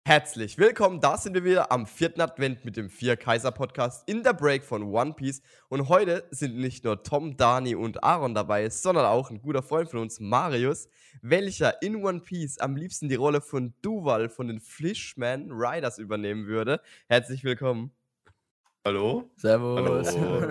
Herzlich willkommen, da sind wir wieder am 4. Advent mit dem 4-Kaiser-Podcast in der Break von One Piece. Und heute sind nicht nur Tom, Dani und Aaron dabei, sondern auch ein guter Freund von uns, Marius, welcher in One Piece am liebsten die Rolle von Duval von den Fishman Riders übernehmen würde. Herzlich willkommen. Hallo? Servus. Hallo.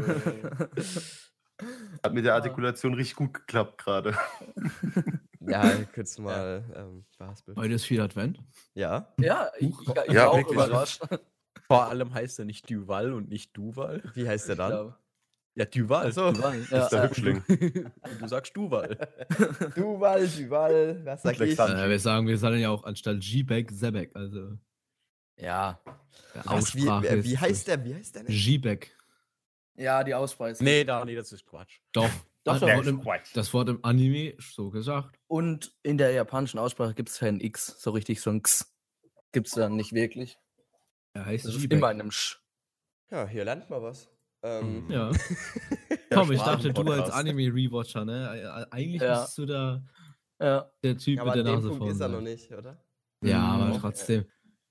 Hat mit der Artikulation richtig gut geklappt gerade. Ja, kurz mal verhaspelt. Heute ist 4. Advent. Ja. Ja, ich Ja, auch wirklich. überrascht. Vor allem heißt er nicht Duval und nicht Duval. Wie heißt der dann? Ja. Ja, Duval. Achso. Duval, Das ist der Hübschling. Und du sagst Duval. Duval, was sag ich? Alexander. Wir sagen ja auch anstatt G-Bag, Zebek. Also Ja. Aussprache Wie heißt der? Wie heißt der denn? G-Bag. Ja, die Aussprache. Nee, das ist Quatsch. Doch. Doch, Das Wort im Anime so gesagt. Und in der japanischen Aussprache gibt es kein X, so richtig so ein X. Gibt es dann nicht wirklich. Er heißt Das ist G-Bag. immer in einem Sch. Ja, hier lernt man was. Ja. Tom, ich dachte, du als Sprachen-Podcast. Anime-Rewatcher, ne? Eigentlich Ja. bist du da Ja. der Typ aber mit der an dem Nase Punkt vorne. ist er noch nicht, oder? Ja, aber Mhm. trotzdem.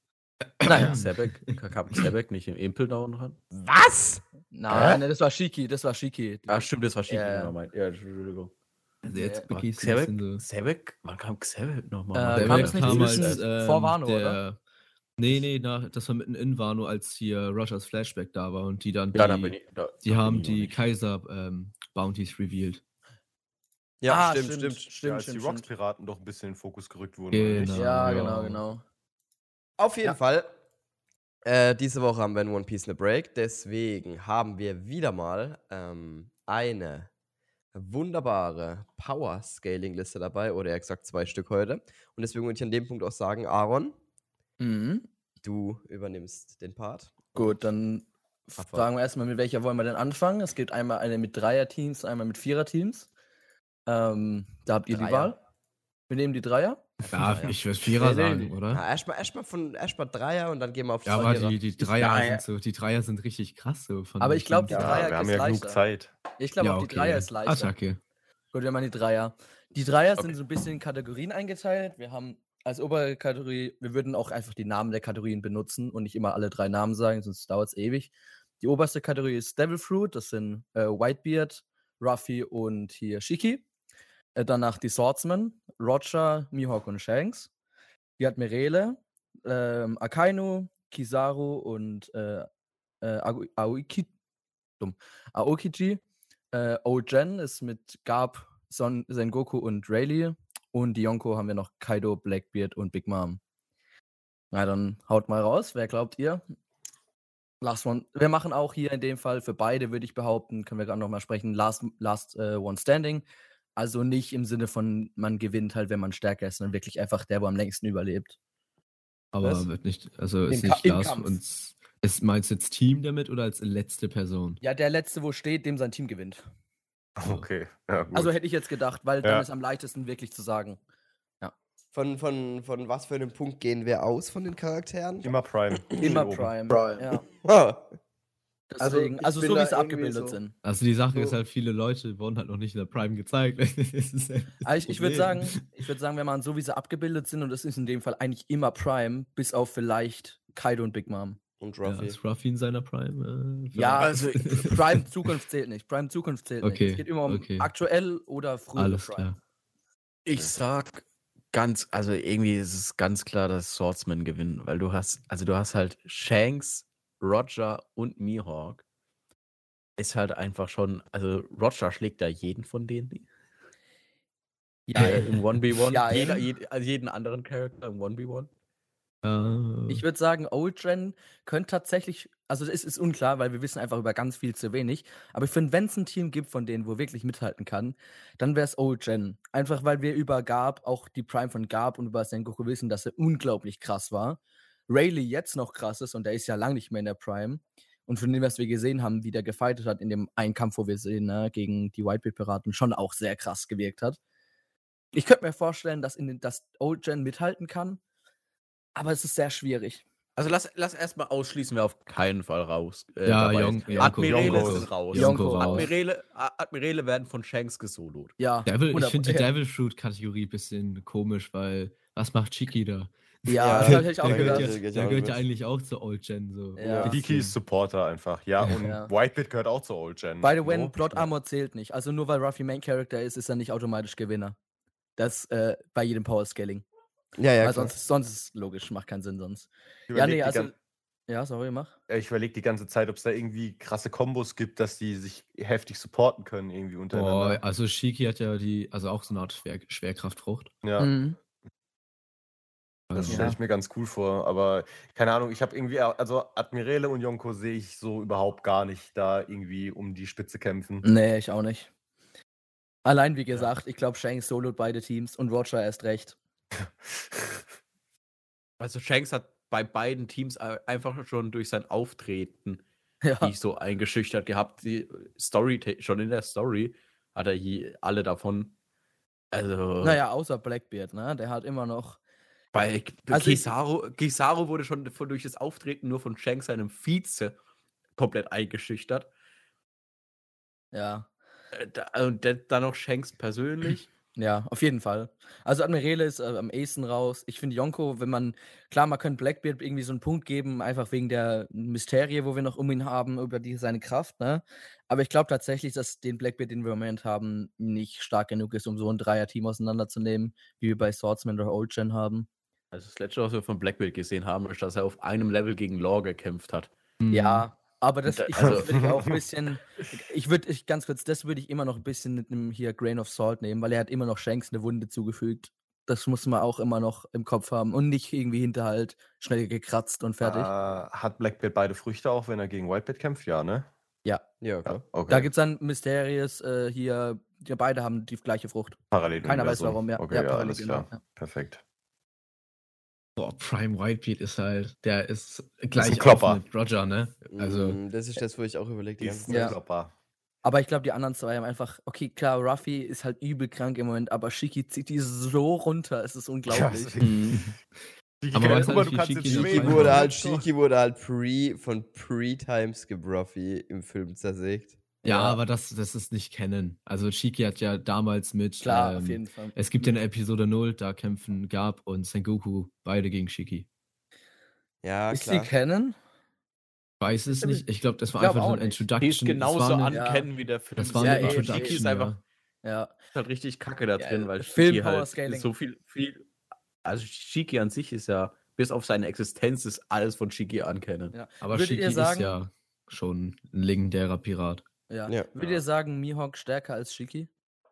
Naja. Sebek nicht im Impel da unten dran? Was? Nein, das war Shiki, Ah, stimmt, das war Shiki. Ja. Ja, Entschuldigung. Also jetzt Ja. begehst du ein bisschen so. Sebek? Wann kam Sebek nochmal? Kam Zebek es nicht kam zwischen- als, vor Wano, der, oder? Nee, das war mitten in Wano, als hier Rogers Flashback da war und die dann Ja, da bin ich. die haben die Kaiser-Bounties revealed. Ja, Ah, stimmt. Ja, als die Rocks-Piraten doch ein bisschen in den Fokus gerückt wurden. Genau. oder nicht? Ja, Ja. genau. Auf jeden Ja. Fall. Diese Woche haben wir in One Piece eine Break. Deswegen haben wir wieder mal eine wunderbare Power-Scaling-Liste dabei. Oder eher gesagt 2 Stück heute. Und deswegen würde ich an dem Punkt auch sagen, Aaron, Mhm. du übernimmst den Part. Gut, dann fragen wir erstmal, mit welcher wollen wir denn anfangen? Es gibt einmal eine mit Dreier-Teams, einmal mit Vierer-Teams. Da habt ihr die Dreier. Wahl. Wir nehmen die Dreier. Ja, Ja. ich würde Vierer Nee, sagen, nee. oder? Ja, erstmal Dreier und dann gehen wir auf Ja, aber Vierer. die Dreier Ja, sind so, die Dreier sind richtig krass so. Von Aber den ich glaub, Teams. die Ja, Dreier wir haben ist ja genug leichter. Zeit. Ich glaube, Ja, auch die Dreier ist leichter. Attacke. Gut, wir machen die Dreier. Die Dreier sind Okay. so ein bisschen in Kategorien eingeteilt. Wir haben als obere Kategorie, wir würden auch einfach die Namen der Kategorien benutzen und nicht immer alle 3 Namen sagen, sonst dauert es ewig. Die oberste Kategorie ist Devil Fruit, das sind Whitebeard, Ruffy und hier Shiki. Danach die Swordsman, Roger, Mihawk und Shanks. Die Admirale, Akainu, Kizaru und Aokiji. Ogen ist mit Garp, Sengoku und Rayleigh. Und die Yonko haben wir noch Kaido, Blackbeard und Big Mom. Na, dann haut mal raus. Wer glaubt ihr? Last One. Wir machen auch hier in dem Fall für beide, würde ich behaupten, können wir gerade nochmal sprechen, Last One Standing. Also nicht im Sinne von, man gewinnt halt, wenn man stärker ist, sondern wirklich einfach der, wo am längsten überlebt. Aber Was? wird nicht, also ist Im nicht Im Lars Kampf. uns. Meinst du jetzt Team damit oder als letzte Person? Ja, der Letzte, wo steht, dem sein Team gewinnt. Okay, ja gut. Also hätte ich jetzt gedacht, weil dann Ja. ist am leichtesten wirklich zu sagen. Von was für einem Punkt gehen wir aus von den Charakteren? immer Prime. Immer Oben. Prime. Ja. Ah, Deswegen, ich also bin so wie da es irgendwie abgebildet so- sind. Also die Sache ist So. halt, viele Leute wurden halt noch nicht in der Prime gezeigt. Das ist halt das Also ich würde Problem. sagen, wenn man so wie sie abgebildet sind, und das ist in dem Fall eigentlich immer Prime, bis auf vielleicht Kaido und Big Mom. und Ja, Ruffy. ist Ruffy in seiner Prime? Ja, Also, Prime Zukunft zählt nicht. Prime Zukunft zählt Okay, nicht. Es geht immer um okay. aktuell oder früher Alles Prime. klar. ich sag also irgendwie ist es ganz klar, dass Swordsman gewinnen, weil du hast halt Shanks, Roger und Mihawk. Ist halt einfach schon, also Roger schlägt da jeden von denen. Ja, Im 1v1. Ja, also jeden anderen Charakter im 1v1. ich würde sagen, Old Gen könnte tatsächlich, also es ist unklar, weil wir wissen einfach über ganz viel zu wenig. Aber ich finde, wenn es ein Team gibt von denen, wo wirklich mithalten kann, dann wäre es Old Gen. Einfach weil wir über Garp, auch die Prime von Garp und über Sengoku wissen, dass er unglaublich krass war. Rayleigh jetzt noch krass ist und der ist ja lang nicht mehr in der Prime. Und von dem, was wir gesehen haben, wie der gefightet hat in dem einen Kampf, wo wir sehen, ne, gegen die Whitebeard-Piraten, schon auch sehr krass gewirkt hat. Ich könnte mir vorstellen, dass das Old Gen mithalten kann, aber es ist sehr schwierig. Also lass erstmal ausschließen, wer auf keinen Fall raus. Ja, dabei Yonko- ist. Admirale Yonko sind ist- raus. Yonko raus. Admirale werden von Shanks gesolot. Ja, Ich finde die 100%. Devil Fruit Kategorie ein bisschen komisch, weil was macht Chiki da? Ja, das Ja, habe ich auch Der gehört gedacht. ja, der gehört ja eigentlich auch zur Old Gen. So. Ja. Shiki ist Supporter einfach. Ja, und Ja. Whitebeard gehört auch zur Old Gen. By the way, So. Plot Armor zählt nicht. Also nur weil Ruffy Main Character ist, ist er nicht automatisch Gewinner. Das bei jedem Power Scaling. Ja, ja, Weil klar. sonst ist es logisch, macht keinen Sinn sonst. Ich Ja, überleg nee, die also. gan- Ja, sorry, mach. Ich überlege die ganze Zeit, ob es da irgendwie krasse Kombos gibt, dass die sich heftig supporten können, irgendwie untereinander. Boah, also Shiki hat ja also auch so eine Art Schwerkraftfrucht. Ja, Mhm. das Ja. stelle ich mir ganz cool vor. Aber keine Ahnung, ich habe irgendwie, also Admirale und Yonko sehe ich so überhaupt gar nicht da irgendwie um die Spitze kämpfen. Nee, ich auch nicht. Allein, wie gesagt, ich glaube, Shanks solo beide Teams und Roger erst recht. Also Shanks hat bei beiden Teams einfach schon durch sein Auftreten Ja. die so eingeschüchtert gehabt. Die Story, schon in der Story hat er hier alle davon. Also Naja, außer Blackbeard, ne? Der hat immer noch. bei Also ich- Kizaru wurde schon durch das Auftreten nur von Shanks, seinem Vize, komplett eingeschüchtert. Ja. Und dann noch Shanks persönlich. Ja, auf jeden Fall. Also Admirale ist am ehesten raus. Ich finde Yonko, man könnte Blackbeard irgendwie so einen Punkt geben, einfach wegen der Mysterie, wo wir noch um ihn haben, über seine Kraft, ne? Aber ich glaube tatsächlich, dass den Blackbeard, den wir im Moment haben, nicht stark genug ist, um so ein Dreier-Team auseinanderzunehmen, wie wir bei Swordsman oder Old Gen haben. Also das letzte, was wir von Blackbeard gesehen haben, ist, dass er auf einem Level gegen Law gekämpft hat. Ja, aber das Da- ich also- würde ich auch ein bisschen. Ganz kurz, das würde ich immer noch ein bisschen mit einem hier Grain of Salt nehmen, weil er hat immer noch Shanks eine Wunde zugefügt. Das muss man auch immer noch im Kopf haben und nicht irgendwie hinterhalt schnell gekratzt und fertig. Hat Blackbeard beide Früchte auch, wenn er gegen Whitebeard kämpft? Ja, ne? Ja, Ja, klar. Okay. da gibt es dann Mysterious hier, die beide haben die gleiche Frucht. Parallel Keiner weiß warum, ja. Okay, Ja, ja, parallel, alles klar. genau, ja. Perfekt. Boah, Prime Whitebeard ist halt, der ist ein gleich auf Klopper. mit Roger, ne? Also, Das ist das, wo ich auch überlegt die ganze Ist Zeit. Ja. Klopper. Aber ich glaube, die anderen zwei haben einfach, okay, klar, Ruffy ist halt übel krank im Moment, aber Shiki zieht die so runter, es ist unglaublich. Aber weiß Guck mal, halt du nicht, wie kannst jetzt Shiki schweben. Shiki Wurde halt von Pre-Timeskip Ruffy im Film zersägt. ja, aber das ist nicht kennen. Also Shiki hat ja damals mit, Klar, auf jeden Fall. es gibt ja eine Episode 0, da kämpfen Garp und Sengoku beide gegen Shiki. Ja, Ist sie klar. kennen? Weiß es nicht. Ich glaube, das war glaub einfach so auch ein nicht. Introduction. Die ist genauso das war eine, ankennen wie der Film. das war Ja, eine eben, Introduction. Shiki ist einfach Ja. halt richtig kacke da Ja, drin, weil Film Shiki Power halt Scaling. so viel. Also Shiki an sich ist ja, bis auf seine Existenz, ist alles von Shiki ankennen. Ja. Aber Würdet Shiki ihr sagen, ist ja schon ein legendärer Pirat. Ja. Ja. Würdet ihr sagen, Mihawk stärker als Shiki?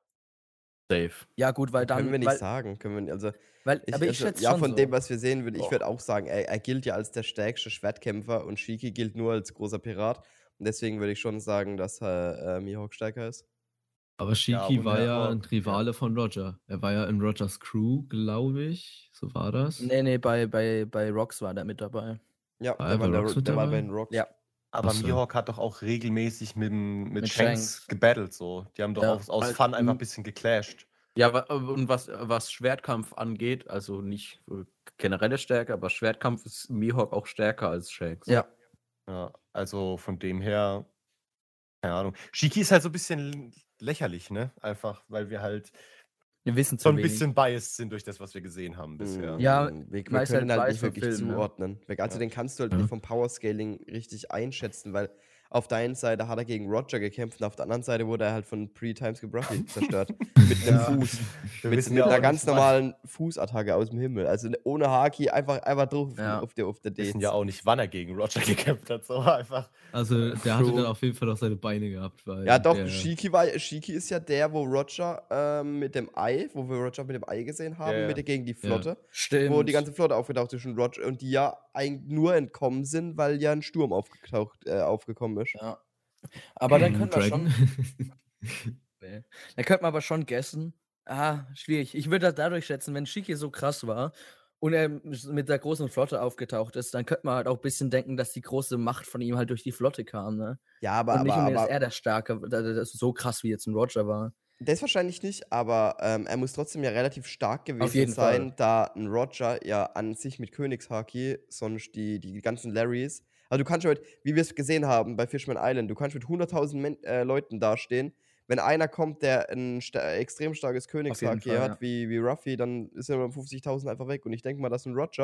Safe. Ja, gut, weil dann. Können wir nicht weil, sagen. aber ich Also, schätze ja, schon von so. dem, was wir sehen, ich Doch. würde auch sagen, er gilt ja als der stärkste Schwertkämpfer und Shiki gilt nur als großer Pirat. Und deswegen würde ich schon sagen, dass Mihawk stärker ist. Aber Shiki und war er ja war- ein Rivale von Roger. Er war ja in Rogers Crew, glaube ich. So war das. Nee, bei Rocks war der mit dabei. Ja, War der er war, bei Rocks mit der war dabei? bei den Rocks. Ja. Aber Ach so. Mihawk hat doch auch regelmäßig mit Mit Shanks Shanks. gebattelt. So. Die haben doch Ja. aus Fun einfach ein bisschen geclasht. Ja, und was Schwertkampf angeht, also nicht generelle Stärke, aber Schwertkampf ist Mihawk auch stärker als Shanks. Ja. Ja, also von dem her, keine Ahnung. Shiki ist halt so ein bisschen lächerlich, ne? Einfach, weil wir halt Wir wissen so zu ein wenig. bisschen biased sind durch das, was wir gesehen haben bisher. Ja, wir weil es können halt halt weiß nicht vom wirklich Film, ne? zuordnen. Also Ja. den kannst du halt Ja. nicht vom Powerscaling richtig einschätzen, weil auf der einen Seite hat er gegen Roger gekämpft und auf der anderen Seite wurde er halt von Pre-Timeskip Ruffy zerstört. Mit einem Ja. Fuß. Wir Mit wissen ja einer auch ganz nicht, wann- normalen Fußattacke aus dem Himmel. Also ohne Haki, einfach drauf Ja. auf der Wir D. wissen ja auch nicht, wann er gegen Roger gekämpft hat. So einfach. Also der hatte True. dann auf jeden Fall noch seine Beine gehabt. Weil Ja, doch, der, Shiki ist ja der, wo wir Roger mit dem Ei gesehen haben, Ja, ja. gegen die Flotte. Stimmt. Wo die ganze Flotte aufgetaucht ist und Roger und die ja eigentlich nur entkommen sind, weil ja ein Sturm aufgekommen ist. Ja. Aber dann könnte man Dragon. schon. Nee. Da könnte man aber schon guessen. Schwierig. Ich würde das dadurch schätzen, wenn Shiki so krass war und er mit der großen Flotte aufgetaucht ist, dann könnte man halt auch ein bisschen denken, dass die große Macht von ihm halt durch die Flotte kam, ne? Ja, aber, und nicht aber, unbedingt, dass aber er der Starke, das ist so krass wie jetzt ein Roger war. das wahrscheinlich nicht, aber er muss trotzdem ja relativ stark gewesen jeden sein, Fall. da ein Roger ja an sich mit Königshaki sonst die ganzen Larrys. Also du kannst schon wie wir es gesehen haben bei Fishman Island, du kannst mit 100.000 Leuten dastehen. Wenn einer kommt, der ein extrem starkes Königshaki Fall, hat, wie Ruffy, dann ist er mit 50.000 einfach weg. Und ich denke mal, dass ein Roger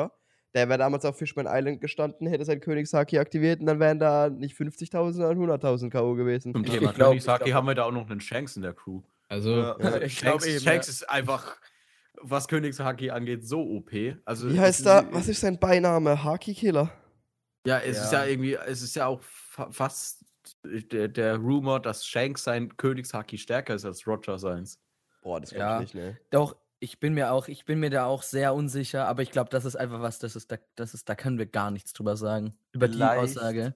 der wäre damals auf Fishman Island gestanden, hätte sein Königshaki aktiviert und dann wären da nicht 50.000, sondern 100.000 K.O. gewesen. Zum Ich- Thema ich glaub- Königshaki ich glaub- haben wir da auch noch einen Shanks in der Crew. Also, Ja. Ich glaub eben, Shanks ja. ist einfach, was Königshaki angeht, so OP. Also Wie es heißt ist- da, was ist sein Beiname? Haki-Killer? Ja, es ist ja Ja. irgendwie, es ist ja auch fast der Rumor, dass Shanks sein Königshaki stärker ist als Roger seins. Boah, das Ja. glaube ich nicht, ne? Doch, ich bin mir da auch sehr unsicher, aber ich glaube, das ist einfach was, da können wir gar nichts drüber sagen. Über die Vielleicht Aussage.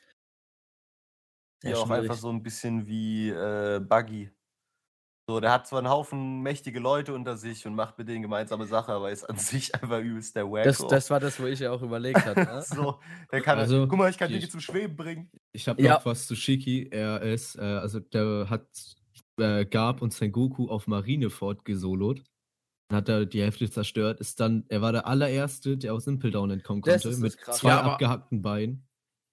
Sehr Ja, auch schwierig. einfach so ein bisschen wie Buggy. So, der hat zwar einen Haufen mächtige Leute unter sich und macht mit denen gemeinsame Sache, aber ist an sich einfach übelst der Wacko. Das war das, wo ich ja auch überlegt hatte. Ne? So, der kann Also, guck mal, ich kann die- dich zum Schweben bringen. ich habe Ja. noch was zu Shiki. Er ist, also der hat Garp und Sengoku auf Marineford gesolot. Dann hat er die Hälfte zerstört. Er war der allererste, der aus Simple Down entkommen Das konnte, ist mit das Krasse. 2 Ja, aber- abgehackten Beinen.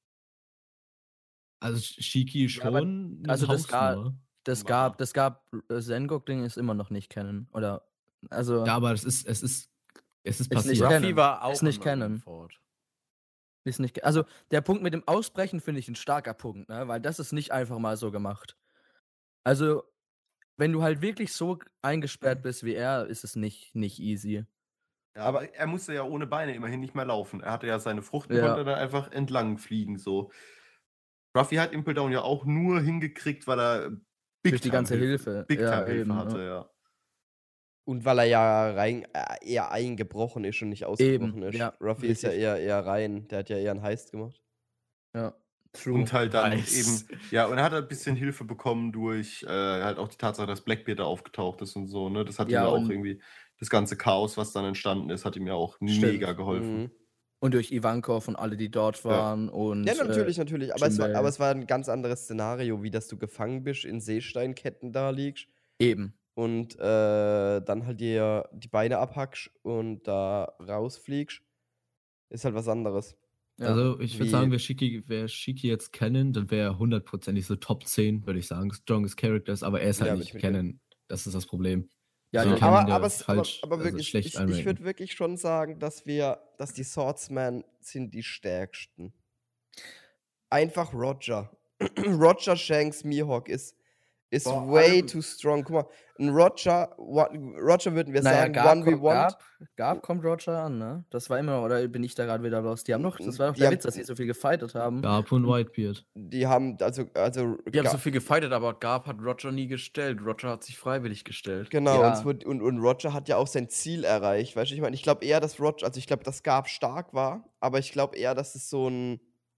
Also Shiki Ja, aber- schon. eine also das gar- Hausnummer. Das Wow. gab Sengok-Ding ist immer noch nicht kennen. Oder, also, Ja, aber es ist nicht passiert. kennen. Ruffy war auch Ist nicht in kennen. Marineford. ist nicht. Also, der Punkt mit dem Ausbrechen finde ich ein starker Punkt, ne? Weil das ist nicht einfach mal so gemacht. Also, wenn du halt wirklich so eingesperrt bist wie er, ist es nicht easy. Ja, aber er musste ja ohne Beine immerhin nicht mehr laufen. Er hatte ja seine Fruchten, Ja. konnte da einfach entlang fliegen. So. Ruffy hat Impel Down ja auch nur hingekriegt, weil er Durch die ganze Hilfe. Big Ja, Time Hilfe eben, hatte, ja. ja. Und weil er ja eher eingebrochen ist und nicht ausgebrochen ist. ja, Ruffy ist ja richtig. eher rein. Der hat ja eher einen Heist gemacht. Ja. True. Und halt dann Nice. eben, ja, und er hat ein bisschen Hilfe bekommen durch halt auch die Tatsache, dass Blackbeard da aufgetaucht ist und so, ne? Das hat ihm Ja, ja auch und- irgendwie, das ganze Chaos, was dann entstanden ist, hat ihm ja auch Stimmt. mega geholfen. Mhm. Und durch Ivankov und alle, die dort waren. Und, Ja, natürlich. Aber Jinbei. es war ein ganz anderes Szenario, wie dass du gefangen bist, in Seesteinketten da liegst Eben. und dann halt dir die Beine abhackst und da rausfliegst. Ist halt was anderes. Ja. Also ich Wie- würde sagen, wer Shiki jetzt kennen, dann wäre er hundertprozentig so Top 10, würde ich sagen. Strongest Characters, aber er ist halt Ja, nicht mit- kennen. Das ist das Problem. Ja, Sie ja. kennen Aber, der aber, falsch, aber also wirklich, schlecht ich einranken. würde wirklich schon sagen, dass die Swordsmen sind die stärksten. Einfach Roger. Roger Shanks Mihawk ist Vor way allem- too strong. Guck mal, ein Roger würden wir Naja, sagen, Garp 1v1. kommt Roger an, ne? Das war immer, oder bin ich da gerade wieder los? Die haben noch, das war doch Die der haben- Witz, dass sie so viel gefightet haben. Garp und Whitebeard. Die haben, also Die haben Ga- so viel gefightet, aber Garp hat Roger nie gestellt. Roger hat sich freiwillig gestellt. genau, Ja. und, und Roger hat ja auch sein Ziel erreicht. Weißt du, ich glaube eher, dass Roger, also ich glaube, dass Garp stark war, aber ich glaube eher, dass es so ein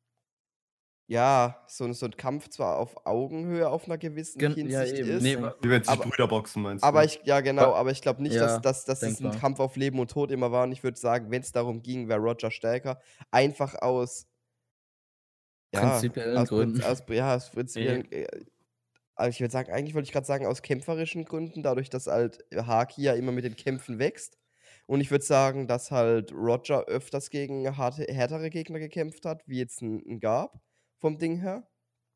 Kampf zwar auf Augenhöhe auf einer gewissen Ja, Hinsicht eben. ist. Nee, Wie wenn sich Aber- Brüder boxen, meinst du? Aber ich glaube nicht, Ja, dass es ein denkbar. Kampf auf Leben und Tod immer war. Und ich würde sagen, wenn es darum ging, wäre Roger stärker. Einfach aus Prinzipiellen Gründen. Aus prinzipiellen. Also ich würde sagen, eigentlich wollte ich gerade sagen, aus kämpferischen Gründen, dadurch, dass halt Haki ja immer mit den Kämpfen wächst. Und ich würde sagen, dass halt Roger öfters gegen härtere Gegner gekämpft hat, wie jetzt ein Garp vom Ding her.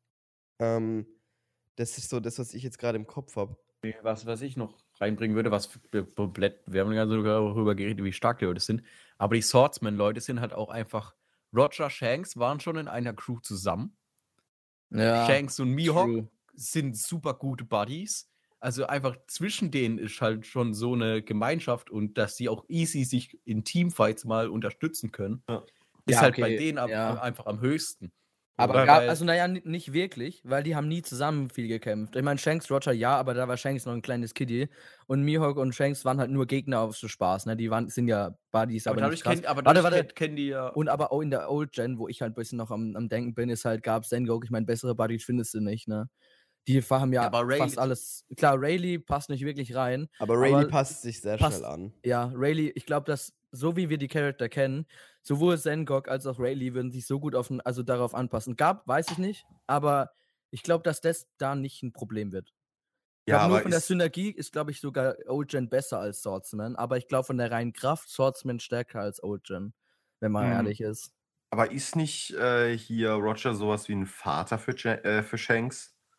Das ist so das, was ich jetzt gerade im Kopf habe. Was ich noch reinbringen würde, was komplett, wir haben ja sogar darüber geredet, wie stark die Leute sind, aber die Swordsman-Leute sind halt auch einfach, Roger, Shanks waren schon in einer Crew zusammen. Ja, Shanks und Mihawk true. sind super gute Buddies. Also einfach zwischen denen ist halt schon so eine Gemeinschaft und dass sie auch easy sich in Teamfights mal unterstützen können, Ja. ist Ja, halt okay, bei denen ja. einfach am höchsten. Aber Oder? Garp, Weil- also naja, nicht wirklich, weil die haben nie zusammen viel gekämpft. Ich meine, Shanks, Roger, ja, aber da war Shanks noch ein kleines Kiddie. Und Mihawk und Shanks waren halt nur Gegner auf so Spaß, ne? Die sind ja Buddies, aber nicht krass. kennen die ja. Und aber auch in der Old Gen, wo ich halt ein bisschen noch am Denken bin, ist halt Garp, Sengok, ich meine, bessere Buddies findest du nicht, ne? Die haben ja, Ja, aber Rayleigh- fast alles. Klar, Rayleigh passt nicht wirklich rein. Aber Rayleigh Aber passt sich sehr passt- schnell an. Ja, Rayleigh, ich glaube, dass, so wie wir die Charakter kennen, sowohl Sengok als auch Rayleigh würden sich so gut darauf anpassen. Garp, weiß ich nicht, aber ich glaube, dass das da nicht ein Problem wird. Ich glaube, nur von der Synergie ist, glaube ich, sogar Old Gen besser als Swordsman, aber ich glaube, von der reinen Kraft Swordsman stärker als Old Gen, wenn man Mhm. ehrlich ist. Aber ist nicht hier Roger sowas wie ein Vater für Shanks?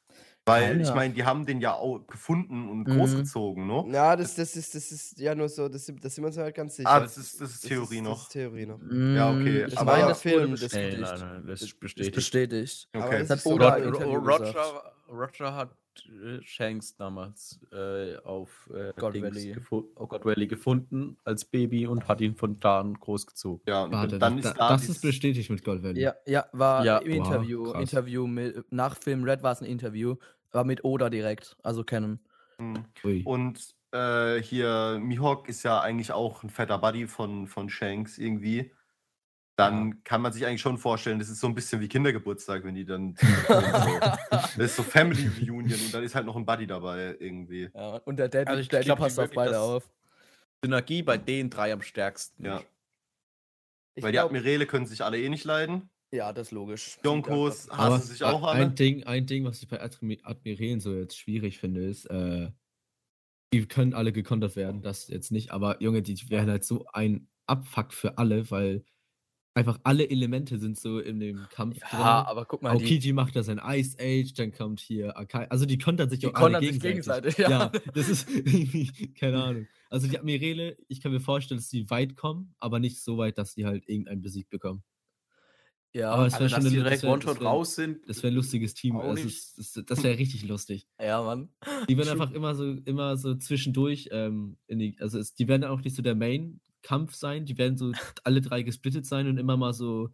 Weil, ich Keiner. meine, die haben den ja auch gefunden und Mhm. großgezogen, ne? Ja, das ist ja nur so, das sind wir uns halt ganz sicher. Ah, das ist Theorie Das noch. ist Theorie noch. Ja, okay. Ich Das meine, war ja das Film, wurde das- bestätigt. Nein, das ist Ist bestätigt. bestätigt. Aber Okay. das Das ist hat so Oda geil. im Interview gesagt. Roger hat Shanks damals auf God Dings Valley. God Valley gefunden als Baby und hat ihn von da an großgezogen. Ja, und Warte, dann das, ist da das dieses- ist bestätigt mit Gold Valley. Ja, war Ja. im Wow, Interview. krass. Interview nach Film Red war es ein Interview. War mit Oda direkt, also Canon. Mhm. Ui. Und hier, Mihawk ist ja eigentlich auch ein fetter Buddy von Shanks irgendwie. Dann kann man sich eigentlich schon vorstellen, das ist so ein bisschen wie Kindergeburtstag, wenn die dann zusammenkommen, so. Das ist so Family Reunion und dann ist halt noch ein Buddy dabei irgendwie. Ja, und der Daddy, Also ich Daddy glaub, passt auf wirklich, beide dass- auf. Synergie bei den drei am stärksten. Ja. Ich Weil die glaub, Admirale können sich alle eh nicht leiden. ja, das ist logisch. Yonkos Aber hassen sich auch alle. ein Ding, was ich bei Admirälen so jetzt schwierig finde, ist, die können alle gekontert werden, das jetzt nicht, aber Junge, die wären halt so ein Abfuck für alle, weil einfach alle Elemente sind so in dem Kampf Ja, aber guck mal, die Aokiji macht da sein Ice Age, dann kommt hier Akai, also die kontern sich auch kontern alle sich gegenseitig. gegenseitig. Ja, das ist irgendwie, keine Ahnung. Also die Admirale, ich kann mir vorstellen, dass die weit kommen, aber nicht so weit, dass die halt irgendeinen besiegt bekommen. Ja, Aber es Also, wäre dass schon die eine, direkt das wär- One-Shot das wär- raus sind. das wäre ein lustiges Team. Auch Das, nicht. das wäre richtig lustig. ja, Mann. Die werden einfach immer so zwischendurch, die werden auch nicht so der Main-Kampf sein, die werden so alle drei gesplittet sein und immer mal so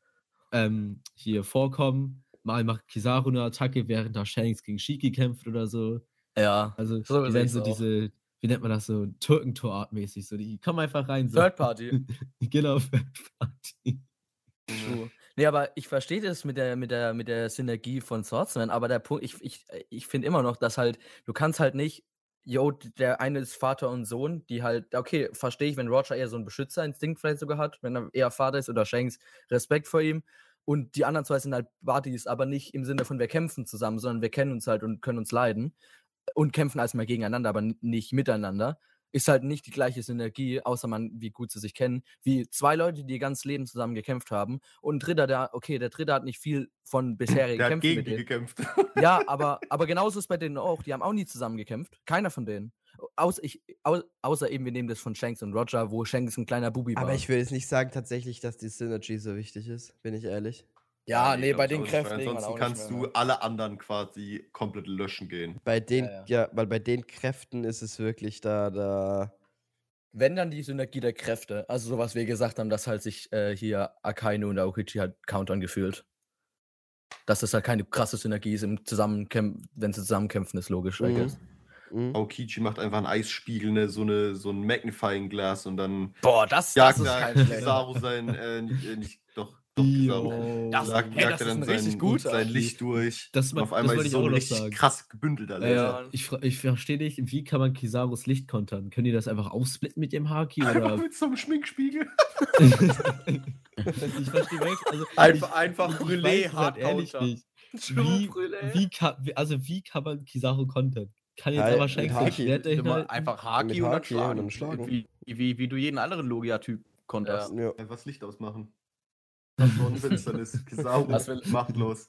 hier vorkommen. Mal macht Kizaru eine Attacke, während da Shanks gegen Shiki kämpft oder so. Ja. Also So die sehe werden ich's so auch. diese, wie nennt man das so, Türkentor-Art-mäßig, so die kommen einfach rein. So. Third Party. Genau, Third Party. True. Nee, aber ich verstehe das mit der Synergie von Swordsman, aber der Punkt, ich finde immer noch, dass halt, du kannst halt nicht, der eine ist Vater und Sohn, die halt, okay, verstehe ich, wenn Roger eher so einen Beschützerinstinkt vielleicht sogar hat, wenn er eher Vater ist oder Shanks Respekt vor ihm und die anderen zwei sind halt Buddies, aber nicht im Sinne von wir kämpfen zusammen, sondern wir kennen uns halt und können uns leiden und kämpfen erstmal gegeneinander, aber nicht miteinander. Ist halt nicht die gleiche Synergie, außer wie gut sie sich kennen, wie zwei Leute, die ihr ganzes Leben zusammen gekämpft haben. Und ein Dritter, der Dritte hat nicht viel von bisherigen Der hat Kämpfen gegen mit die denen. gekämpft. Ja, aber genauso ist es bei denen auch. Die haben auch nie zusammen gekämpft. Keiner von denen. Außer eben, wir nehmen das von Shanks und Roger, wo Shanks ein kleiner Bubi war. Aber ich will jetzt nicht sagen tatsächlich, dass die Synergy so wichtig ist, bin ich ehrlich. ja, nee, bei glaub ich den auch nicht, Kräften. weil irgendwann ansonsten auch kannst nicht du mehr, ne? alle anderen quasi komplett löschen gehen. Bei den, Ja. weil bei den Kräften ist es wirklich da. Wenn dann die Synergie der Kräfte, also so was wir gesagt haben, dass halt sich hier Akainu und Aokiji halt countern gefühlt. Dass das halt keine krasse Synergie ist, wenn sie zusammenkämpfen, ist logisch, I guess. Aokiji macht einfach einen Eisspiegel, ne, so ein Magnifying Glass und dann Boah, das jagt ist da kein schlechter. Kizaru doch Kizaru. Das- Jagt hey, er das ist dann ein richtig guter. sein Licht durch. Das und auf das einmal wollte ist ich so auch ein noch richtig sagen. krass gebündelter Ja, Laser. Mann. Ich verstehe nicht, wie kann man Kisarus Licht kontern? Können die das einfach aufsplitten mit dem Haki? Einfach Oder? mit so einem Schminkspiegel. Ich verstehe wirklich. Also, Einfach ich Brûlé, weiß es halt Hard ehrlich Counter. nicht. True, Brûlé. Wie kann man Kizaru kontern? Kann jetzt Halt aber mit Shanks Haki. ein Schwert dahin Immer halten? einfach Haki Mit und dann Haki und schlagen. dann schlagen. Wie du jeden anderen Logia-Typ konterst. Ja. Einfach das Licht ausmachen. Sonnenfinsternis. Kizaru Was will- machtlos.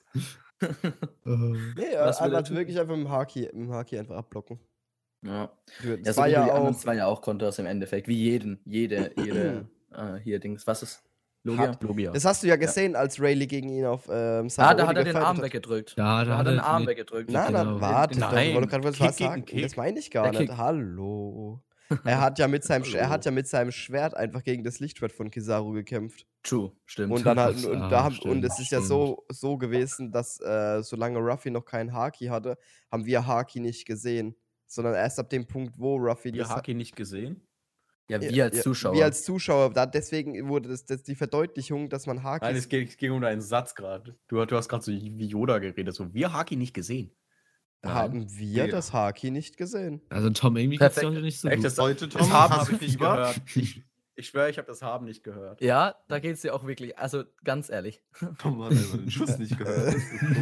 Nee, Was will er einfach tun? wirklich einfach mit dem Haki einfach abblocken. Ja. Das Ja, so war wie ja die anderen auch. zwei ja auch Konters im Endeffekt. Wie jede hier Dings. Was ist? Logia? Logia. Das hast du ja gesehen, als Rayleigh gegen ihn auf Da Sabaody hat er den gefightet Arm hat. weggedrückt. Da Da hat er den er Arm mit- weggedrückt. Na, Genau. dann warte doch. Nein, Ich wollte gerade was Kick gegen sagen. Kick. Das meine ich gar Der nicht. Kick. Hallo. Er hat ja mit seinem, er Hallo. hat ja mit seinem Schwert einfach gegen das Lichtschwert von Kizaru gekämpft. True, stimmt. Und dann halt, Stimmt, und es ist ja so gewesen, dass solange Ruffy noch keinen Haki hatte, haben wir Haki nicht gesehen. Sondern erst ab dem Punkt, wo Ruffy Ihr Haki nicht gesehen? ja, wir als Zuschauer. Wir als Zuschauer. Deswegen wurde das die Verdeutlichung, dass man Haki. Nein, es ging um deinen Satz gerade. Du hast gerade so wie Yoda geredet. So, wir Haki nicht gesehen. haben wir Ja. das Haki nicht gesehen. Also Tom Amy geht's Perfekt. ja heute nicht so Echt, gut. das, Heute, das Tom, Haben hast habe du ich nicht Fieber? gehört. Ich schwöre, ich habe das Haben nicht gehört. Ja, da geht's dir auch wirklich. Also ganz ehrlich. Tom hat einfach den Schuss nicht gehört.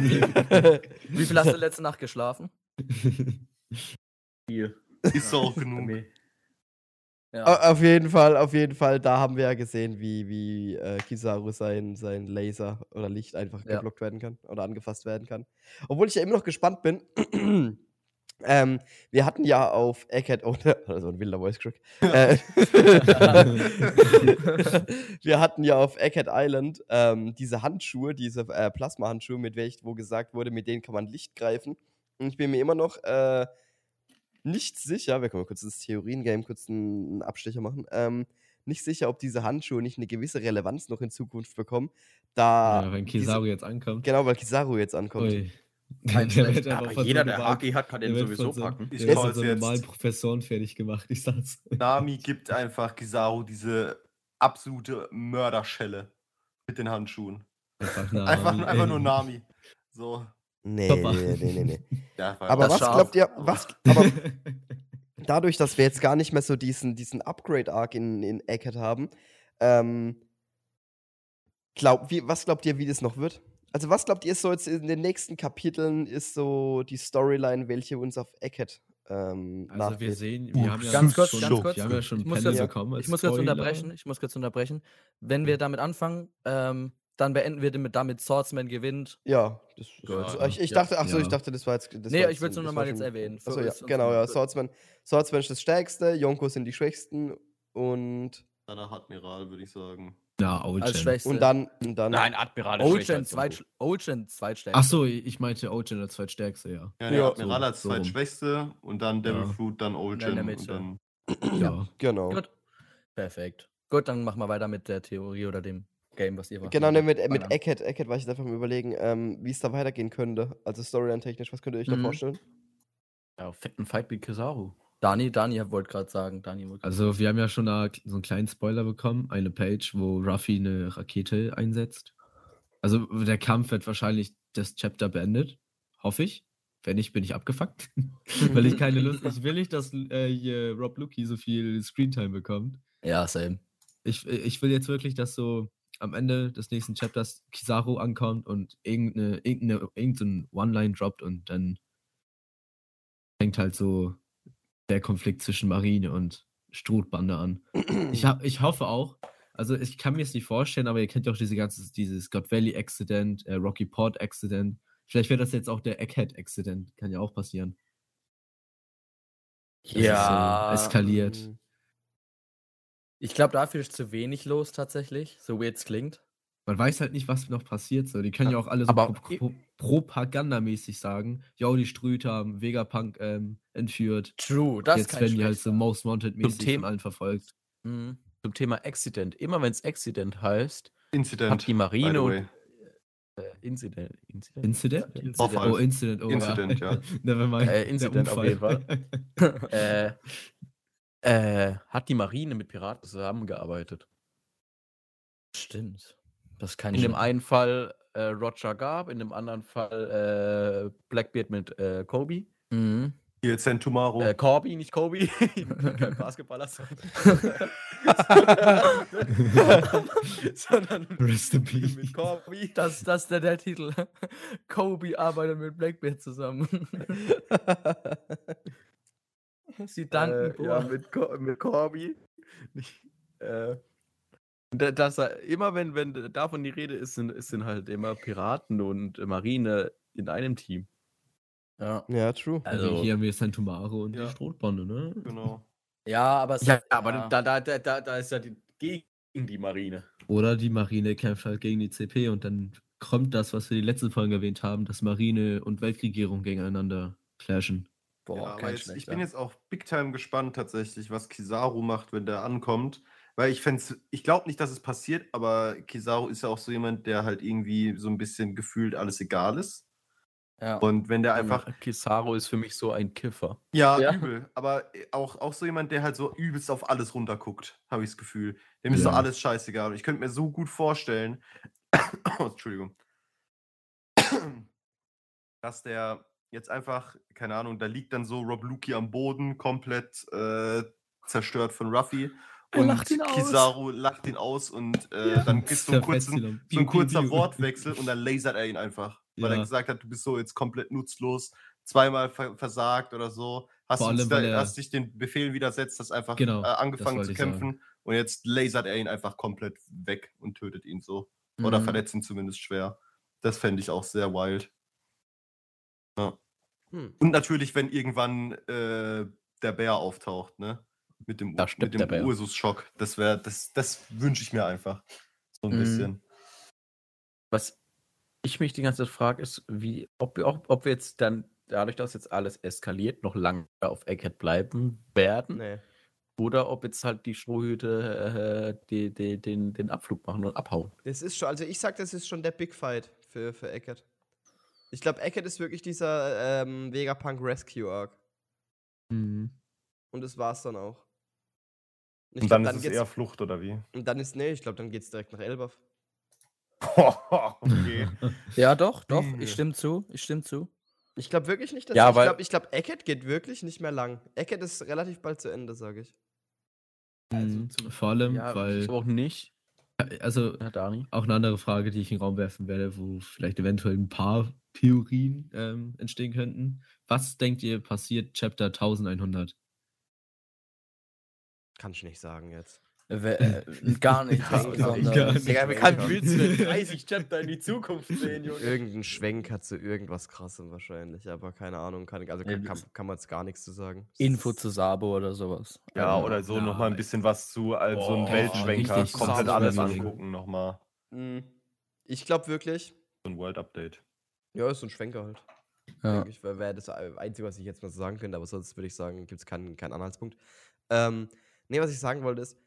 Wie viel hast du letzte Nacht geschlafen? Viel. Ist doch auch genug. Bei mir- Ja. Auf jeden Fall, da haben wir ja gesehen, wie Kizaru sein Laser oder Licht einfach Ja. geblockt werden kann oder angefasst werden kann. Obwohl ich ja immer noch gespannt bin. Wir hatten ja auf Egghead, also ein wilder Voice Crack. Wir hatten ja auf Egghead Island diese Handschuhe, diese Plasma-Handschuhe, wo gesagt wurde, mit denen kann man Licht greifen. Und ich bin mir immer noch nicht sicher, wir können mal kurz das Theorien-Game kurz einen Abstecher machen, nicht sicher, ob diese Handschuhe nicht eine gewisse Relevanz noch in Zukunft bekommen, da Ja, wenn Kizaru jetzt ankommt. genau, weil Kizaru jetzt ankommt. Ui. Kein Der wird schlechter. einfach Aber von jeder, so der normalen- Haki hat, kann den der wird sowieso von so- packen. Ich Der wird call's von so jetzt. normalen Professoren fertig gemacht, ich sag's. Nami gibt einfach Kizaru diese absolute Mörderschelle mit den Handschuhen. Einfach nur Nami. So. Nee, Papa. nee. Ja, war Aber Das was Schaf. glaubt ihr, aber dadurch, dass wir jetzt gar nicht mehr so diesen Upgrade-Arc in Egghead haben, was glaubt ihr, wie das noch wird? Also was glaubt ihr, ist so jetzt in den nächsten Kapiteln ist so die Storyline, welche uns auf Egghead Also wir nachgeht? sehen, wir haben ja Ganz kurz, schon, ganz kurz. Wir haben ja schon Ich muss Panel jetzt- bekommen. als Ich muss kurz Spoiler. unterbrechen. Wenn wir damit anfangen, dann beenden wir damit Swordsman gewinnt. Ja, Ja, ich ja, dachte, ja. ich dachte, das war jetzt. Nee, ich will's nur noch mal jetzt erwähnen. Achso, Für ja, uns- genau, ja. für- Swordsman ist das Stärkste, Yonko sind die Schwächsten und danach Admiral, würde ich sagen. Ja, Old als Gen. Schwächste. dann. Nein, Admiral ist schwächer als Yonko. Old-Gen zweitstärkste. Achso, ich meinte Old Gen als zweitstärkste, ja. Ja, der Ja, Admiral so- als so rum. zweitschwächste und dann Devil Ja. Fruit, dann Old Dann der Gen Mitte. und dann. Ja. Genau. Gut. Perfekt. Gut, dann machen wir weiter mit der Theorie oder dem Game, was ihr macht. Genau, ne, mit Ballern. Egghead. Egghead war ich jetzt einfach am Überlegen, wie es da weitergehen könnte. Also Storyline-technisch, was könnt ihr euch da Mhm. vorstellen? Ja, fetten Fight mit Kizaru. Dani wollte gerade sagen. Also wir haben ja schon da so einen kleinen Spoiler bekommen, eine Page, wo Ruffy eine Rakete einsetzt. Also der Kampf wird wahrscheinlich das Chapter beendet, hoffe ich. Wenn nicht, bin ich abgefuckt. Weil ich keine Lust, ich will nicht, dass hier Rob Lucky so viel Screentime bekommt. Ja, same. Ich will jetzt wirklich, dass so am Ende des nächsten Chapters Kizaru ankommt und irgendein One-Line droppt und dann fängt halt so der Konflikt zwischen Marine und Strohbande an. Ich hoffe auch, also ich kann mir es nicht vorstellen, aber ihr kennt ja auch dieses God Valley Accident, Rocky Port Accident. Vielleicht wäre das jetzt auch der Egghead Accident, kann ja auch passieren. Dass es Ja, so eskaliert. Ich glaube, dafür ist zu wenig los tatsächlich, so weird es klingt. Man weiß halt nicht, was noch passiert. So. Die können ja auch alle so Aber- propagandamäßig sagen, ja, die Strüte haben Vegapunk entführt. True, das Jetzt ist kein werden die halt so schlechter. Most Wanted-mäßig von Thema- allen verfolgt. Mhm. Zum Thema Accident. Immer wenn es Accident heißt, Incident. hat die by Marine the und way. Incident. Incident? Vorfall. Oh, Incident. Oh, Incident, ja. Nevermind. Incident Der auf jeden Unfall. Hat die Marine mit Piraten zusammengearbeitet. Stimmt. Das ist kein In dem schlechter. einen Fall Roger Garb, in dem anderen Fall Blackbeard mit Kobe. Mhm. Hier, Sentomaro. Corby, nicht Kobe. Kein Basketballer. sondern Rest in peace. mit Corby. Das ist der Titel. Kobe arbeitet mit Blackbeard zusammen. Sie danken. Ja, mit Corby. Dass er immer, wenn davon die Rede ist, sind halt immer Piraten und Marine in einem Team. Ja. Ja, true. Also- Hier haben wir Santomaro und Ja. die Strohbande, ne? Genau. Ja, aber es Ja, aber da ist ja gegen die Marine. Oder die Marine kämpft halt gegen die CP und dann kommt das, was wir die letzten Folgen erwähnt haben, dass Marine und Weltregierung gegeneinander clashen. boah, Ja, aber kein jetzt, ich schlechter. bin jetzt auch big time gespannt tatsächlich, was Kizaru macht, wenn der ankommt. Weil ich glaube nicht, dass es passiert, aber Kizaru ist ja auch so jemand, der halt irgendwie so ein bisschen gefühlt alles egal ist. Ja. Und wenn der einfach, Kizaru ist für mich so ein Kiffer. ja, Ja. übel, aber auch so jemand, der halt so übelst auf alles runterguckt, habe ich das Gefühl. Dem ist Ja. doch alles scheißegal. Und ich könnte mir so gut vorstellen, oh, Entschuldigung, dass der jetzt einfach, keine Ahnung, da liegt dann so Rob Lucky am Boden, komplett zerstört von Ruffy. Er Und lacht ihn aus. Kizaru lacht ihn aus und dann ist so ein, kurzer Wortwechsel und dann lasert er ihn einfach. Weil er Ja. gesagt hat, du bist so jetzt komplett nutzlos, zweimal versagt oder so. hast, Vor uns allem, da, weil er- hast dich den Befehlen widersetzt, hast einfach Genau, angefangen das zu wollte ich kämpfen und jetzt lasert er ihn einfach komplett weg und tötet ihn so. Oder Mhm. verletzt ihn zumindest schwer. Das fände ich auch sehr wild. Ja. Hm. Und natürlich, wenn irgendwann der Bär auftaucht, ne? Mit dem, Da stirbt mit dem der Bär. Ursus-Schock. Das wünsche ich mir einfach. So ein Mhm. bisschen. Was ich mich die ganze Zeit frage, ist, ob wir jetzt dann, dadurch, dass jetzt alles eskaliert, noch lange auf Egghead bleiben werden. Nee. Oder ob jetzt halt die Strohhüte den Abflug machen und abhauen. Das ist schon, also ich sag, das ist schon der Big Fight für Eckert. Ich glaube, Eckert ist wirklich dieser Vegapunk Rescue Arc. Mhm. Und das war's dann auch. Ich Und glaub, dann ist es geht's- eher Flucht, oder wie? Und dann ist, nee, ich glaube, dann geht's direkt nach Elbaf. Okay. Ja, doch, Hm. ich stimme zu. Ich glaube wirklich nicht, dass Ja, ich glaube, Eckert geht wirklich nicht mehr lang. Eckert ist relativ bald zu Ende, sage ich. Mhm. Vor allem, Ja, weil, ich auch nicht. also Ja, Dani. auch eine andere Frage, die ich in den Raum werfen werde, wo vielleicht eventuell ein paar Theorien entstehen könnten. Was denkt ihr passiert Chapter 1100? Kann ich nicht sagen jetzt. Gar nicht. Ja, gar nicht. Digga, willst du 30 Chapter in die Zukunft sehen, Junge? Irgendein Schwenker zu irgendwas Krassem wahrscheinlich, aber keine Ahnung, kann man jetzt gar nichts zu sagen. Info zu Sabo oder sowas. Ja, oder so Ja, nochmal ein bisschen was zu, also so ein Boah, Weltschwenker, richtig komplett krass, alles schwierig. angucken nochmal. Ich glaube wirklich, So ein World Update. ja, ist so ein Schwenker halt. Ja. Denke ich, wäre das Einzige, was ich jetzt mal so sagen könnte, aber sonst würde ich sagen, gibt es keinen Anhaltspunkt. Nee, was ich sagen wollte ist,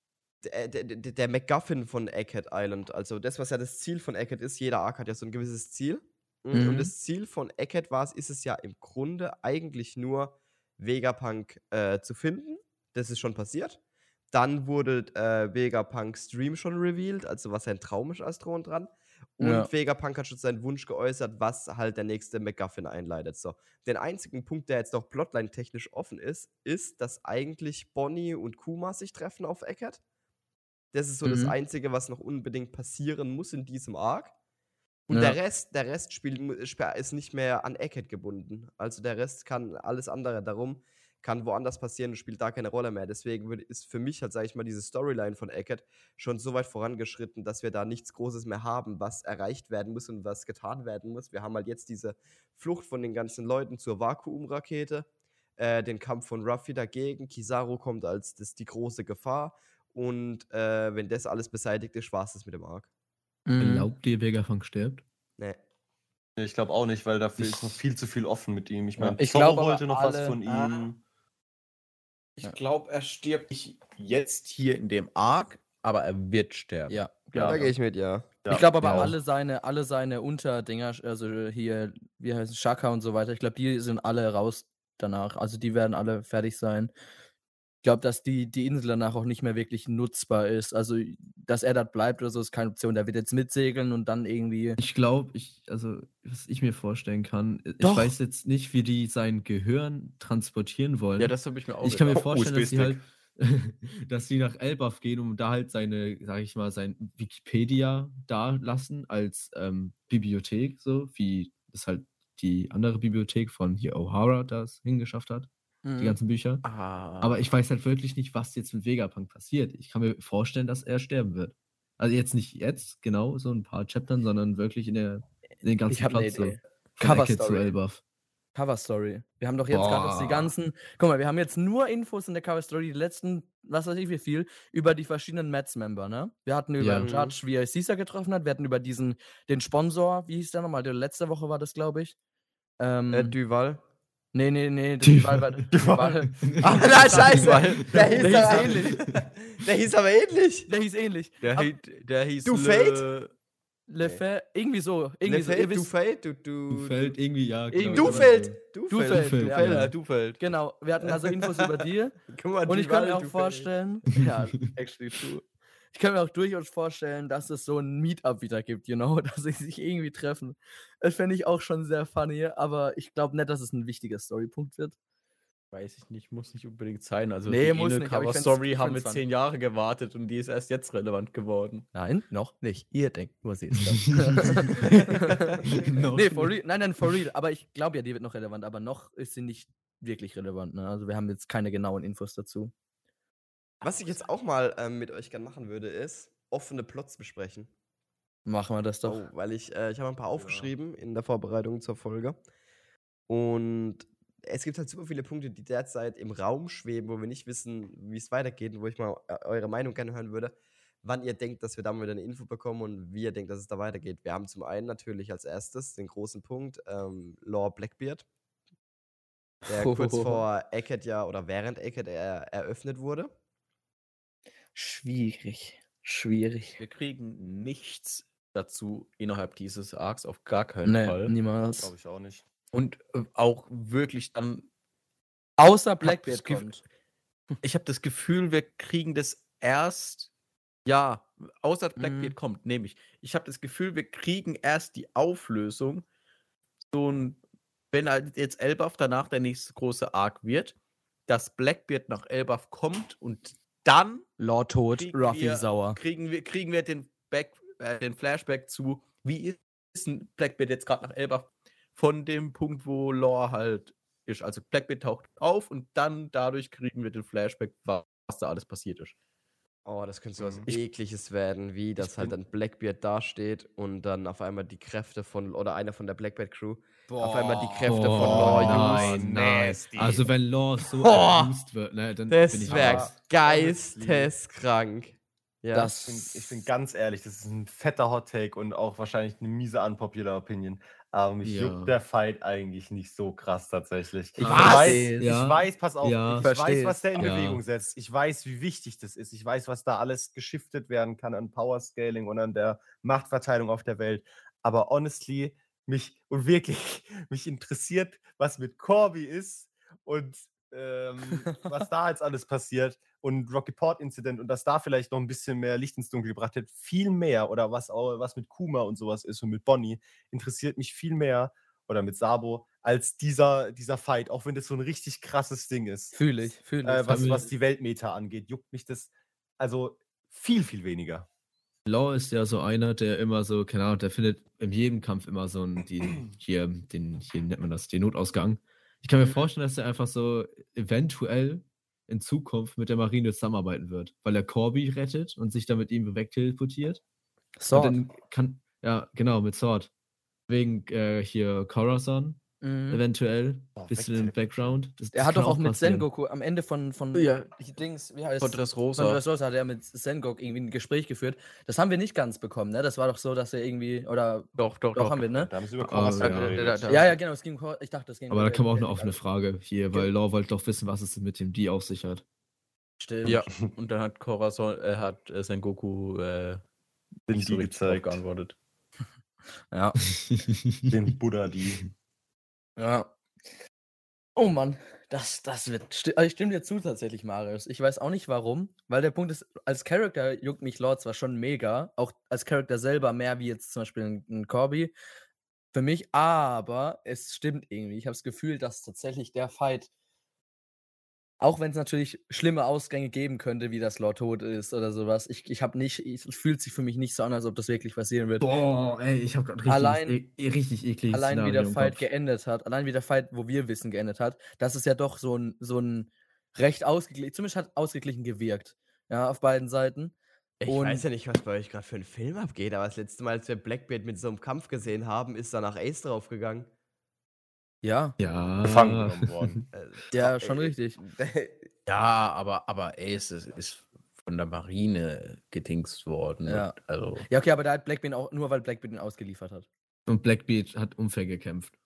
der MacGuffin von Egghead Island, also das, was ja das Ziel von Egghead ist, jeder Arc hat ja so ein gewisses Ziel. Und Mhm. das Ziel von Egghead ist es ja im Grunde eigentlich nur, Vegapunk zu finden. Das ist schon passiert. Dann wurde Vegapunks Stream schon revealed, also was sein Traum ist als dran dran. Und Ja. Vegapunk hat schon seinen Wunsch geäußert, was halt der nächste MacGuffin einleitet. So. Den einzigen Punkt, der jetzt noch Plotline-technisch offen ist, dass eigentlich Bonnie und Kuma sich treffen auf Egghead. Das ist so das Mhm. Einzige, was noch unbedingt passieren muss in diesem Arc. Und Ja. der Rest ist nicht mehr an Egghead gebunden. Also der Rest kann alles andere darum, kann woanders passieren und spielt da keine Rolle mehr. Deswegen ist für mich halt, sage ich mal, diese Storyline von Egghead schon so weit vorangeschritten, dass wir da nichts Großes mehr haben, was erreicht werden muss und was getan werden muss. Wir haben halt jetzt diese Flucht von den ganzen Leuten zur Vakuumrakete, den Kampf von Ruffy dagegen. Kizaru kommt als die große Gefahr. Und wenn das alles beseitigt ist, war es das mit dem Arc. Mhm. Glaubt ihr, Vegapunk stirbt? Nee. Nee, ich glaube auch nicht, weil dafür ist noch viel zu viel offen mit ihm. Ich meine, Ich Zorro glaub aber wollte noch was alle- von ihm. Ich glaube, er stirbt nicht jetzt hier in dem Arc, aber er wird sterben. Ja. Da gehe ich mit, ja. Ja, Ich glaube aber ja. alle seine Unterdinger, also hier, wie heißt es, Shaka und so weiter, ich glaube, die sind alle raus danach. Also die werden alle fertig sein. Ich glaube, dass die Insel danach auch nicht mehr wirklich nutzbar ist. Also, dass er dort bleibt oder so, ist keine Option. Der wird jetzt mitsegeln und dann irgendwie. Ich glaube, also, was ich mir vorstellen kann, Doch. ich weiß jetzt nicht, wie die sein Gehirn transportieren wollen. Ja, das habe ich mir auch Ich kann mir gedacht. vorstellen, dass sie USB-Stick. halt, dass sie nach Elbaf gehen und da halt seine, sag ich mal, sein Wikipedia da lassen als Bibliothek, so wie das halt die andere Bibliothek von hier O'Hara das hingeschafft hat, die ganzen Bücher. Aber ich weiß halt wirklich nicht, was jetzt mit Vegapunk passiert. Ich kann mir vorstellen, dass er sterben wird. Also jetzt nicht jetzt, genau, so ein paar Chaptern, sondern wirklich in den ganzen Ich hab 'ne Plot so. Idee. Von Egghead zu Cover-Story. Elbaf. Cover-Story. Wir haben doch jetzt gerade noch die Boah. ganzen. Guck mal, wir haben jetzt nur Infos in der Cover-Story, die letzten, was weiß ich wie viel, über die verschiedenen Mets-Member, ne? Wir hatten über Ja. Judge, wie er Caesar getroffen hat. Wir hatten über den Sponsor, wie hieß der nochmal? Der letzte Woche war das, glaube ich. Duval. Nee, der Duval. Duval war. Duval. Ah, nein, scheiße! Der hieß Der aber hieß ähnlich. Der hieß aber ähnlich. Der hieß ähnlich. Der hieß Du Fate? Irgendwie so. Irgendwie so. Ihr Du wisst- Fate? Du fällt irgendwie, ja. Irgendwie- Du Du Feld! Dufeld, ja. ja. Dufeld. Genau, wir hatten also Infos über dir. Guck mal, Und ich kann mir auch Dufeld. vorstellen, ja, actually true. Ich kann mir auch durchaus vorstellen, dass es so ein Meetup wieder gibt, dass sie sich irgendwie treffen. Das fände ich auch schon sehr funny, aber ich glaube nicht, dass es ein wichtiger Storypunkt wird. Weiß ich nicht, muss nicht unbedingt sein. Also Nee, die muss Ine nicht, aber ich find's- Cover-Story ich haben find's wir fun. 10 Jahre gewartet und die ist erst jetzt relevant geworden. Nein, noch nicht. Ihr denkt nur, sie ist Noch Nee, for real. Nein, for real. Aber ich glaube ja, die wird noch relevant, aber noch ist sie nicht wirklich relevant, ne? Also wir haben jetzt keine genauen Infos dazu. Was ich jetzt auch mal mit euch gerne machen würde, ist offene Plots besprechen. Machen wir das doch. Oh, weil ich habe ein paar aufgeschrieben in der Vorbereitung zur Folge. Und es gibt halt super viele Punkte, die derzeit im Raum schweben, wo wir nicht wissen, wie es weitergeht und wo ich mal eure Meinung gerne hören würde, wann ihr denkt, dass wir da mal wieder eine Info bekommen und wie ihr denkt, dass es da weitergeht. Wir haben zum einen natürlich als erstes den großen Punkt Lore Blackbeard, der kurz vor Eckhead oder während Eckhead eröffnet wurde. Schwierig. Wir kriegen nichts dazu innerhalb dieses Arcs, auf gar keinen Fall. Niemals. Glaube ich auch nicht. Und auch wirklich dann. Außer Blackbeard kommt. Ich habe das Gefühl, wir kriegen das erst. Ja, außer Blackbeard kommt, nämlich. Ich habe das Gefühl, wir kriegen erst die Auflösung. Wenn halt jetzt Elbaf danach der nächste große Arc wird, dass Blackbeard nach Elbaf kommt und dann Lord tot, Ruffy sauer. Kriegen wir den Flashback zu, wie ist ein Blackbeard jetzt gerade nach Elbaf von dem Punkt, wo Lore halt ist. Also Blackbeard taucht auf und dann dadurch kriegen wir den Flashback, was da alles passiert ist. Oh, das könnte so was Ekliges werden, wie das halt dann Blackbeard dasteht und dann auf einmal die Kräfte oder einer von der Blackbeard-Crew auf einmal die Kräfte von Lore nein, nein. Also wenn Lore so Boah. abused wird, ne, dann Das bin ich wäre raus. geisteskrank. Ja. Ich bin ganz ehrlich, das ist ein fetter Hot-Take und auch wahrscheinlich eine miese unpopular Opinion. Aber mich Ja. juckt der Fight eigentlich nicht so krass tatsächlich. Ich weiß, pass auf, Ja. ich weiß, Versteh's. was der in Ja. Bewegung setzt. Ich weiß, wie wichtig das ist. Ich weiß, was da alles geschiftet werden kann an Power-Scaling und an der Machtverteilung auf der Welt. Aber honestly, mich interessiert, was mit Corby ist und was da jetzt alles passiert und Rocky Port Incident und dass da vielleicht noch ein bisschen mehr Licht ins Dunkel gebracht hat, viel mehr oder was mit Kuma und sowas ist und mit Bonnie, interessiert mich viel mehr oder mit Sabo als dieser Fight, auch wenn das so ein richtig krasses Ding ist. Fühle ich. Was die Weltmeta angeht, juckt mich das also viel, viel weniger. Law ist ja so einer, der immer so, keine Ahnung, der findet in jedem Kampf immer so hier nennt man das, den Notausgang. Ich kann mir vorstellen, dass er einfach so eventuell in Zukunft mit der Marine zusammenarbeiten wird, weil er Corby rettet und sich dann mit ihm wegteleportiert. Sword. Und dann ja, genau, mit Sword. Wegen hier Corazon, eventuell. Bisschen im Background. Er hat kann doch auch mit passieren. Sengoku am Ende von Ja. Dings, wie heißt Von Dressrosa. Von Dressrosa hat er mit Sengoku irgendwie ein Gespräch geführt. Das haben wir nicht ganz bekommen, ne? Das war doch so, dass er irgendwie, oder Doch. haben wir, ne? Da haben sie über Oh, Coruscant ja. geredet. Ja, genau, es ging, ich dachte, das ging. Aber da kam auch eine über- offene Frage hier, weil Law wollte doch wissen, was es mit dem Die auf sich hat. Stimmt. Ja, und dann hat Sengoku Den nicht so Die richtig gezeigt. drauf geantwortet. Ja. Den Buddha, die. Ja. Oh Mann, das wird. Also ich stimme dir zu tatsächlich, Marius. Ich weiß auch nicht warum, weil der Punkt ist, als Charakter juckt mich Lord zwar schon mega, auch als Charakter selber mehr wie jetzt zum Beispiel ein Corby für mich, aber es stimmt irgendwie. Ich habe das Gefühl, dass tatsächlich der Fight, auch wenn es natürlich schlimme Ausgänge geben könnte, wie das Lord tot ist oder sowas, es fühlt sich für mich nicht so an, als ob das wirklich passieren wird. Boah, ey, ich habe gerade Allein- richtig eklig. Allein wie der Fight geendet hat, allein wie der Fight, wo wir wissen, geendet hat, das ist ja doch so ein recht ausgeglichen, zumindest hat ausgeglichen gewirkt. Ja, auf beiden Seiten. Ich weiß ja nicht, was bei euch gerade für ein Film abgeht, aber das letzte Mal, als wir Blackbeard mit so einem Kampf gesehen haben, ist danach Ace draufgegangen. Ja, Ja. Gefangen genommen worden. ja, schon richtig. Ja, aber Ace ist von der Marine gedingst worden. Ja. Und, also, Ja, okay, aber da hat Blackbeard auch, nur weil Blackbeard ihn ausgeliefert hat. Und Blackbeard hat unfair gekämpft.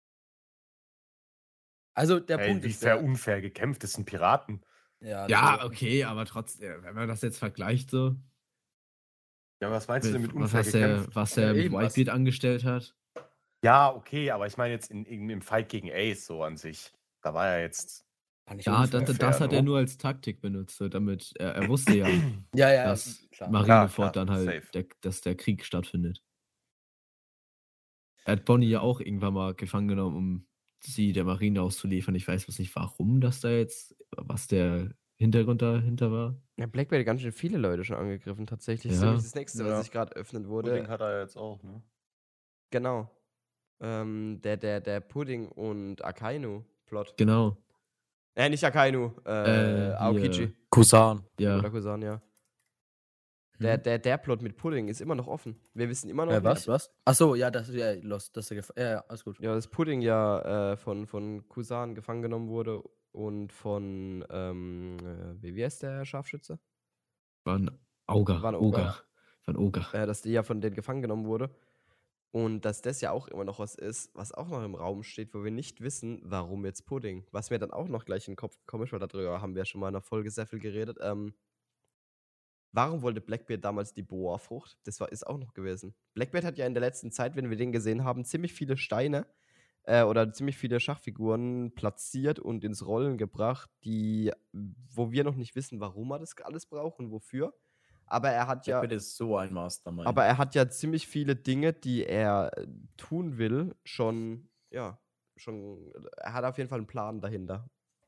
Also der Ey, Punkt wie ist, fair unfair gekämpft, das sind Piraten. ja, Ja, okay, aber trotzdem, wenn man das jetzt vergleicht so, Ja, was meinst du denn mit unfair was gekämpft? er Ja, mit eben, Whitebeard angestellt hat. Ja, okay, aber ich meine jetzt im Fight gegen Ace so an sich. Da war er jetzt. war nicht Ja, unfair. das hat er no? nur als Taktik benutzt, so damit er wusste ja, Ja, dass klar. Marineford klar, dann halt, safe. dass der Krieg stattfindet. Er hat Bonnie ja auch irgendwann mal gefangen genommen, um sie der Marine auszuliefern. Ich weiß nicht, warum das da jetzt, was der Hintergrund dahinter war. Ja, Blackbeard hat ganz schön viele Leute schon angegriffen, tatsächlich. Das ist Ja. nämlich das nächste, Ja. was sich gerade öffnen wurde. Pudding hat er jetzt auch, ne? Genau. Der Pudding und Akainu Plot. Genau. Nicht Akainu, Aokichi. hier. Kusan. Ja. Oder Kusan, ja. Der Plot mit Pudding ist immer noch offen. Wir wissen immer noch nicht. Was? Achso, ja, das ist ja, alles gut. Ja, dass Pudding ja von Kusan gefangen genommen wurde und von, wie heißt der Scharfschütze? War ein Auger. War ein Oger. War ein Oger. Dass die ja von denen gefangen genommen wurde. Und dass das ja auch immer noch was ist, was auch noch im Raum steht, wo wir nicht wissen, warum jetzt Pudding. Was mir dann auch noch gleich in den Kopf gekommen ist, weil darüber haben wir ja schon mal in einer Folge sehr viel geredet. Warum wollte Blackbeard damals die Boa-Frucht? Das ist auch noch gewesen. Blackbeard hat ja in der letzten Zeit, wenn wir den gesehen haben, ziemlich viele Steine oder ziemlich viele Schachfiguren platziert und ins Rollen gebracht, wo wir noch nicht wissen, warum er das alles braucht und wofür. Aber er hat ja. Blackbeard ist so ein Mastermind. Aber er hat ja ziemlich viele Dinge, die er tun will, er hat auf jeden Fall einen Plan dahinter.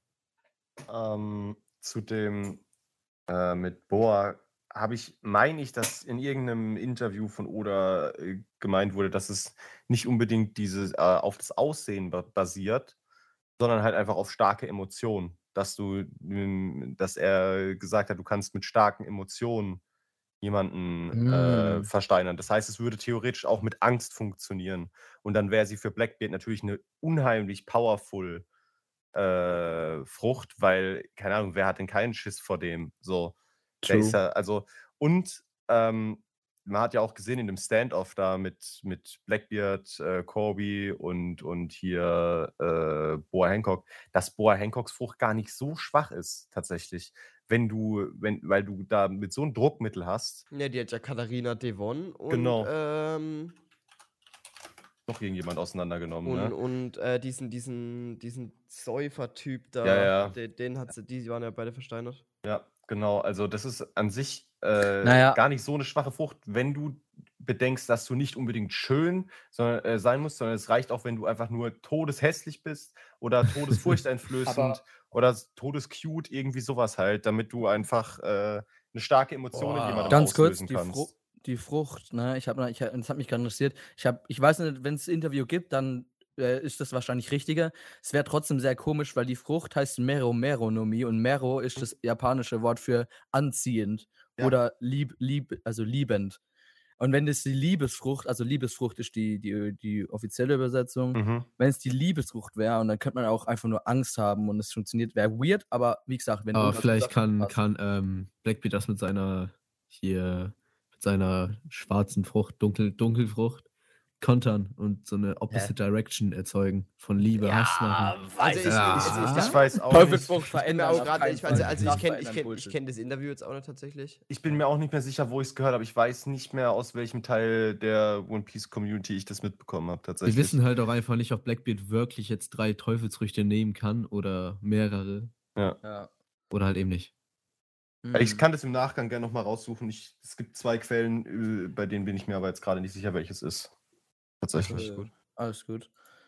Zu dem mit Boa meine ich, dass in irgendeinem Interview von Oda gemeint wurde, dass es nicht unbedingt auf das Aussehen basiert, sondern halt einfach auf starke Emotionen. Dass er gesagt hat, du kannst mit starken Emotionen jemanden versteinern. Das heißt, es würde theoretisch auch mit Angst funktionieren. Und dann wäre sie für Blackbeard natürlich eine unheimlich powerful Frucht, weil, keine Ahnung, wer hat denn keinen Schiss vor dem? So, der ist ja, und man hat ja auch gesehen in dem Standoff da mit Blackbeard, Corby und hier Boa Hancock, dass Boa Hancocks Frucht gar nicht so schwach ist, tatsächlich. Weil du da mit so einem Druckmittel hast. Ja, die hat ja Katharina Devon und Genau. Noch irgendjemand auseinandergenommen, ne? Und diesen Säufer-Typ da, Ja. den hat sie, die waren ja beide versteinert. Ja, genau. Also das ist an sich Naja. gar nicht so eine schwache Frucht, wenn du bedenkst, dass du nicht unbedingt schön sein musst, sondern es reicht auch, wenn du einfach nur todeshässlich bist oder todesfurchteinflößend oder todescute, irgendwie sowas halt, damit du einfach eine starke Emotion in jemandem Ganz kurz, auslösen kannst. die Frucht, ne? Das hat mich gerade interessiert. Ich weiß nicht, wenn es ein Interview gibt, dann ist das wahrscheinlich richtiger. Es wäre trotzdem sehr komisch, weil die Frucht heißt Mero-Mero-Nomi und Mero ist das japanische Wort für anziehend oder liebend. Und wenn das die Liebesfrucht, also Liebesfrucht ist die offizielle Übersetzung, wenn es die Liebesfrucht wäre und dann könnte man auch einfach nur Angst haben und es funktioniert, wäre weird, aber wie gesagt, wenn Aber vielleicht kann Blackbeard das mit seiner schwarzen Frucht, Dunkelfrucht kontern und so eine Opposite Direction erzeugen von Liebe, Hass machen. Ich weiß auch Teufelsfrucht nicht. verändern. Ich kenne das Interview jetzt auch nicht tatsächlich. Ich bin mir auch nicht mehr sicher, wo ich es gehört habe. Ich weiß nicht mehr, aus welchem Teil der One Piece Community ich das mitbekommen habe tatsächlich. Wir wissen halt auch einfach nicht, ob Blackbeard wirklich jetzt 3 Teufelsfrüchte nehmen kann oder mehrere. Ja. Oder halt eben nicht. Ich kann das im Nachgang gerne nochmal raussuchen. Es gibt 2 Quellen, bei denen bin ich mir aber jetzt gerade nicht sicher, welches ist. Tatsächlich. Alles gut.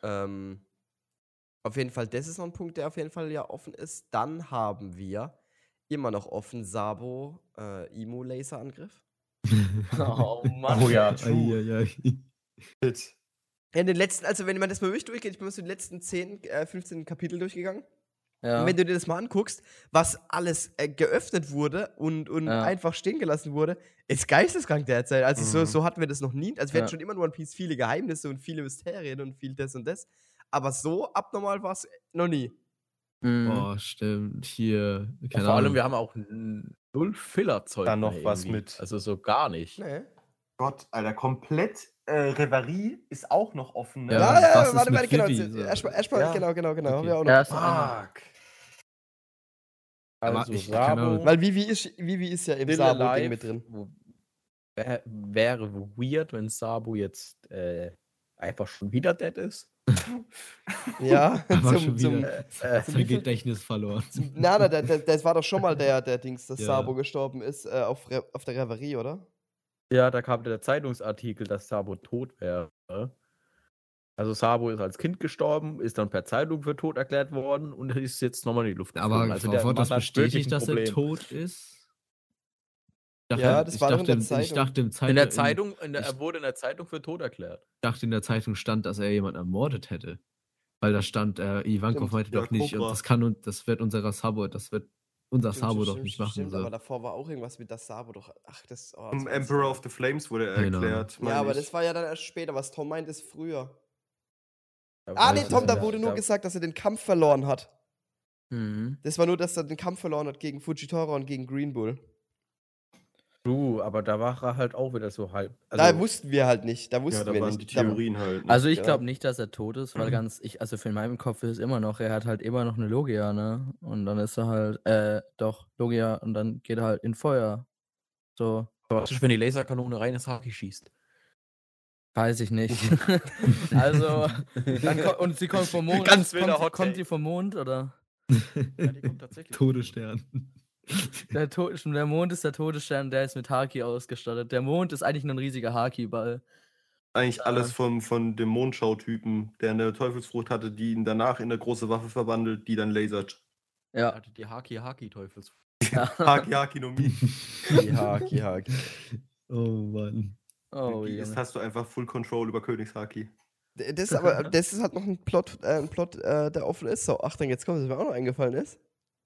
Auf jeden Fall, das ist noch ein Punkt, der auf jeden Fall ja offen ist. Dann haben wir immer noch offen Sabo Imo-Laser-Angriff. Oh Mann. Oh ja, true. In den letzten, also wenn man das mal durchgeht, ich bin so die letzten 10, 15 Kapitel durchgegangen. Ja. Und wenn du dir das mal anguckst, was alles geöffnet wurde und einfach stehen gelassen wurde, ist geisteskrank derzeit. Also so hatten wir das noch nie. Also wir hatten schon immer in One Piece viele Geheimnisse und viele Mysterien und viel das und das. Aber so abnormal war es noch nie. Oh, stimmt. Hier, keine Vor allem, Ahnung. wir haben auch 0 Filler-Zeug. Da noch mehr was irgendwie. mit. Also so gar nicht. Nee. Gott, Alter, komplett Reverie ist auch noch offen. Ne? Ja, was ist warte, mit genau. Vivi? So. Erstmal, Ja. genau. Okay. Haben wir auch noch. Ja, Fuck. Also Aber ich- keine Ahnung. Sabo Weil Vivi ist ja im Still Sabo-Ding Alive mit drin. wäre weird, wenn Sabo jetzt einfach schon wieder dead ist. Ja, Aber schon wieder zum sein Gedächtnis verloren. Nein, das war doch schon mal der Dings, dass Ja. Sabo gestorben ist auf der Reverie, oder? Ja, da kam der Zeitungsartikel, dass Sabo tot wäre. Also Sabo ist als Kind gestorben, ist dann per Zeitung für tot erklärt worden und ist jetzt nochmal in die Luft geflogen. Aber also der wurde das Mann hat wirklich bestätigt, ein dass er Problem. tot ist? Ich Ja, das war doch in der Ich dachte, In der Zeitung, er wurde in der Zeitung für tot erklärt. in der Zeitung stand, dass er jemanden ermordet hätte. Weil da stand, Ivankov Stimmt. meinte Ja, doch nicht, Cobra. und das wird unser Sabo doch Stimmt, nicht machen. stimmt, So. aber davor war auch irgendwas mit das Sabo doch. Ach, das. Oh, das Vom weiß ich Emperor nicht. of the Flames wurde Keine erklärt. Ja, meine aber ich. das war ja dann erst später. Was Tom meint, ist früher. Da Ah, weiß nee, ich Tom, da nicht. wurde nur gesagt, dass er den Kampf verloren hat. Mhm. Das war nur, dass er den Kampf verloren hat gegen Fujitora und gegen Green Bull. Aber da war er halt auch wieder so halb. Da wussten wir halt nicht. Da Ja, wussten da wir waren nicht. die Theorien halt. Ne? Also ich Ja. glaube nicht, dass er tot ist, weil also für in meinem Kopf ist es immer noch, er hat halt immer noch eine Logia, ne? Und dann ist er halt, doch, Logia und dann geht er halt in Feuer. So, Aber was ist, wenn die Laserkanone reines Haki schießt? weiß ich nicht. Also, und sie kommt vom Mond. Ganz wilder Hot kommt Take. die vom Mond, oder? Ja, die kommt tatsächlich. Todesstern. Der Mond ist der Todesstern, der ist mit Haki ausgestattet. Der Mond ist eigentlich nur ein riesiger Haki-Ball. Eigentlich alles von dem Mondschau-Typen, der eine Teufelsfrucht hatte, die ihn danach in eine große Waffe verwandelt, die dann lasert. Ja. Hatte die Haki-Teufels. Haki Haki no Mi. Haki. Oh Mann. Oh, Jetzt Junge. hast du einfach Full Control über Königshaki. Das ist halt noch ein Plot, der offen ist. So, Achtung, jetzt kommt, was mir auch noch eingefallen ist.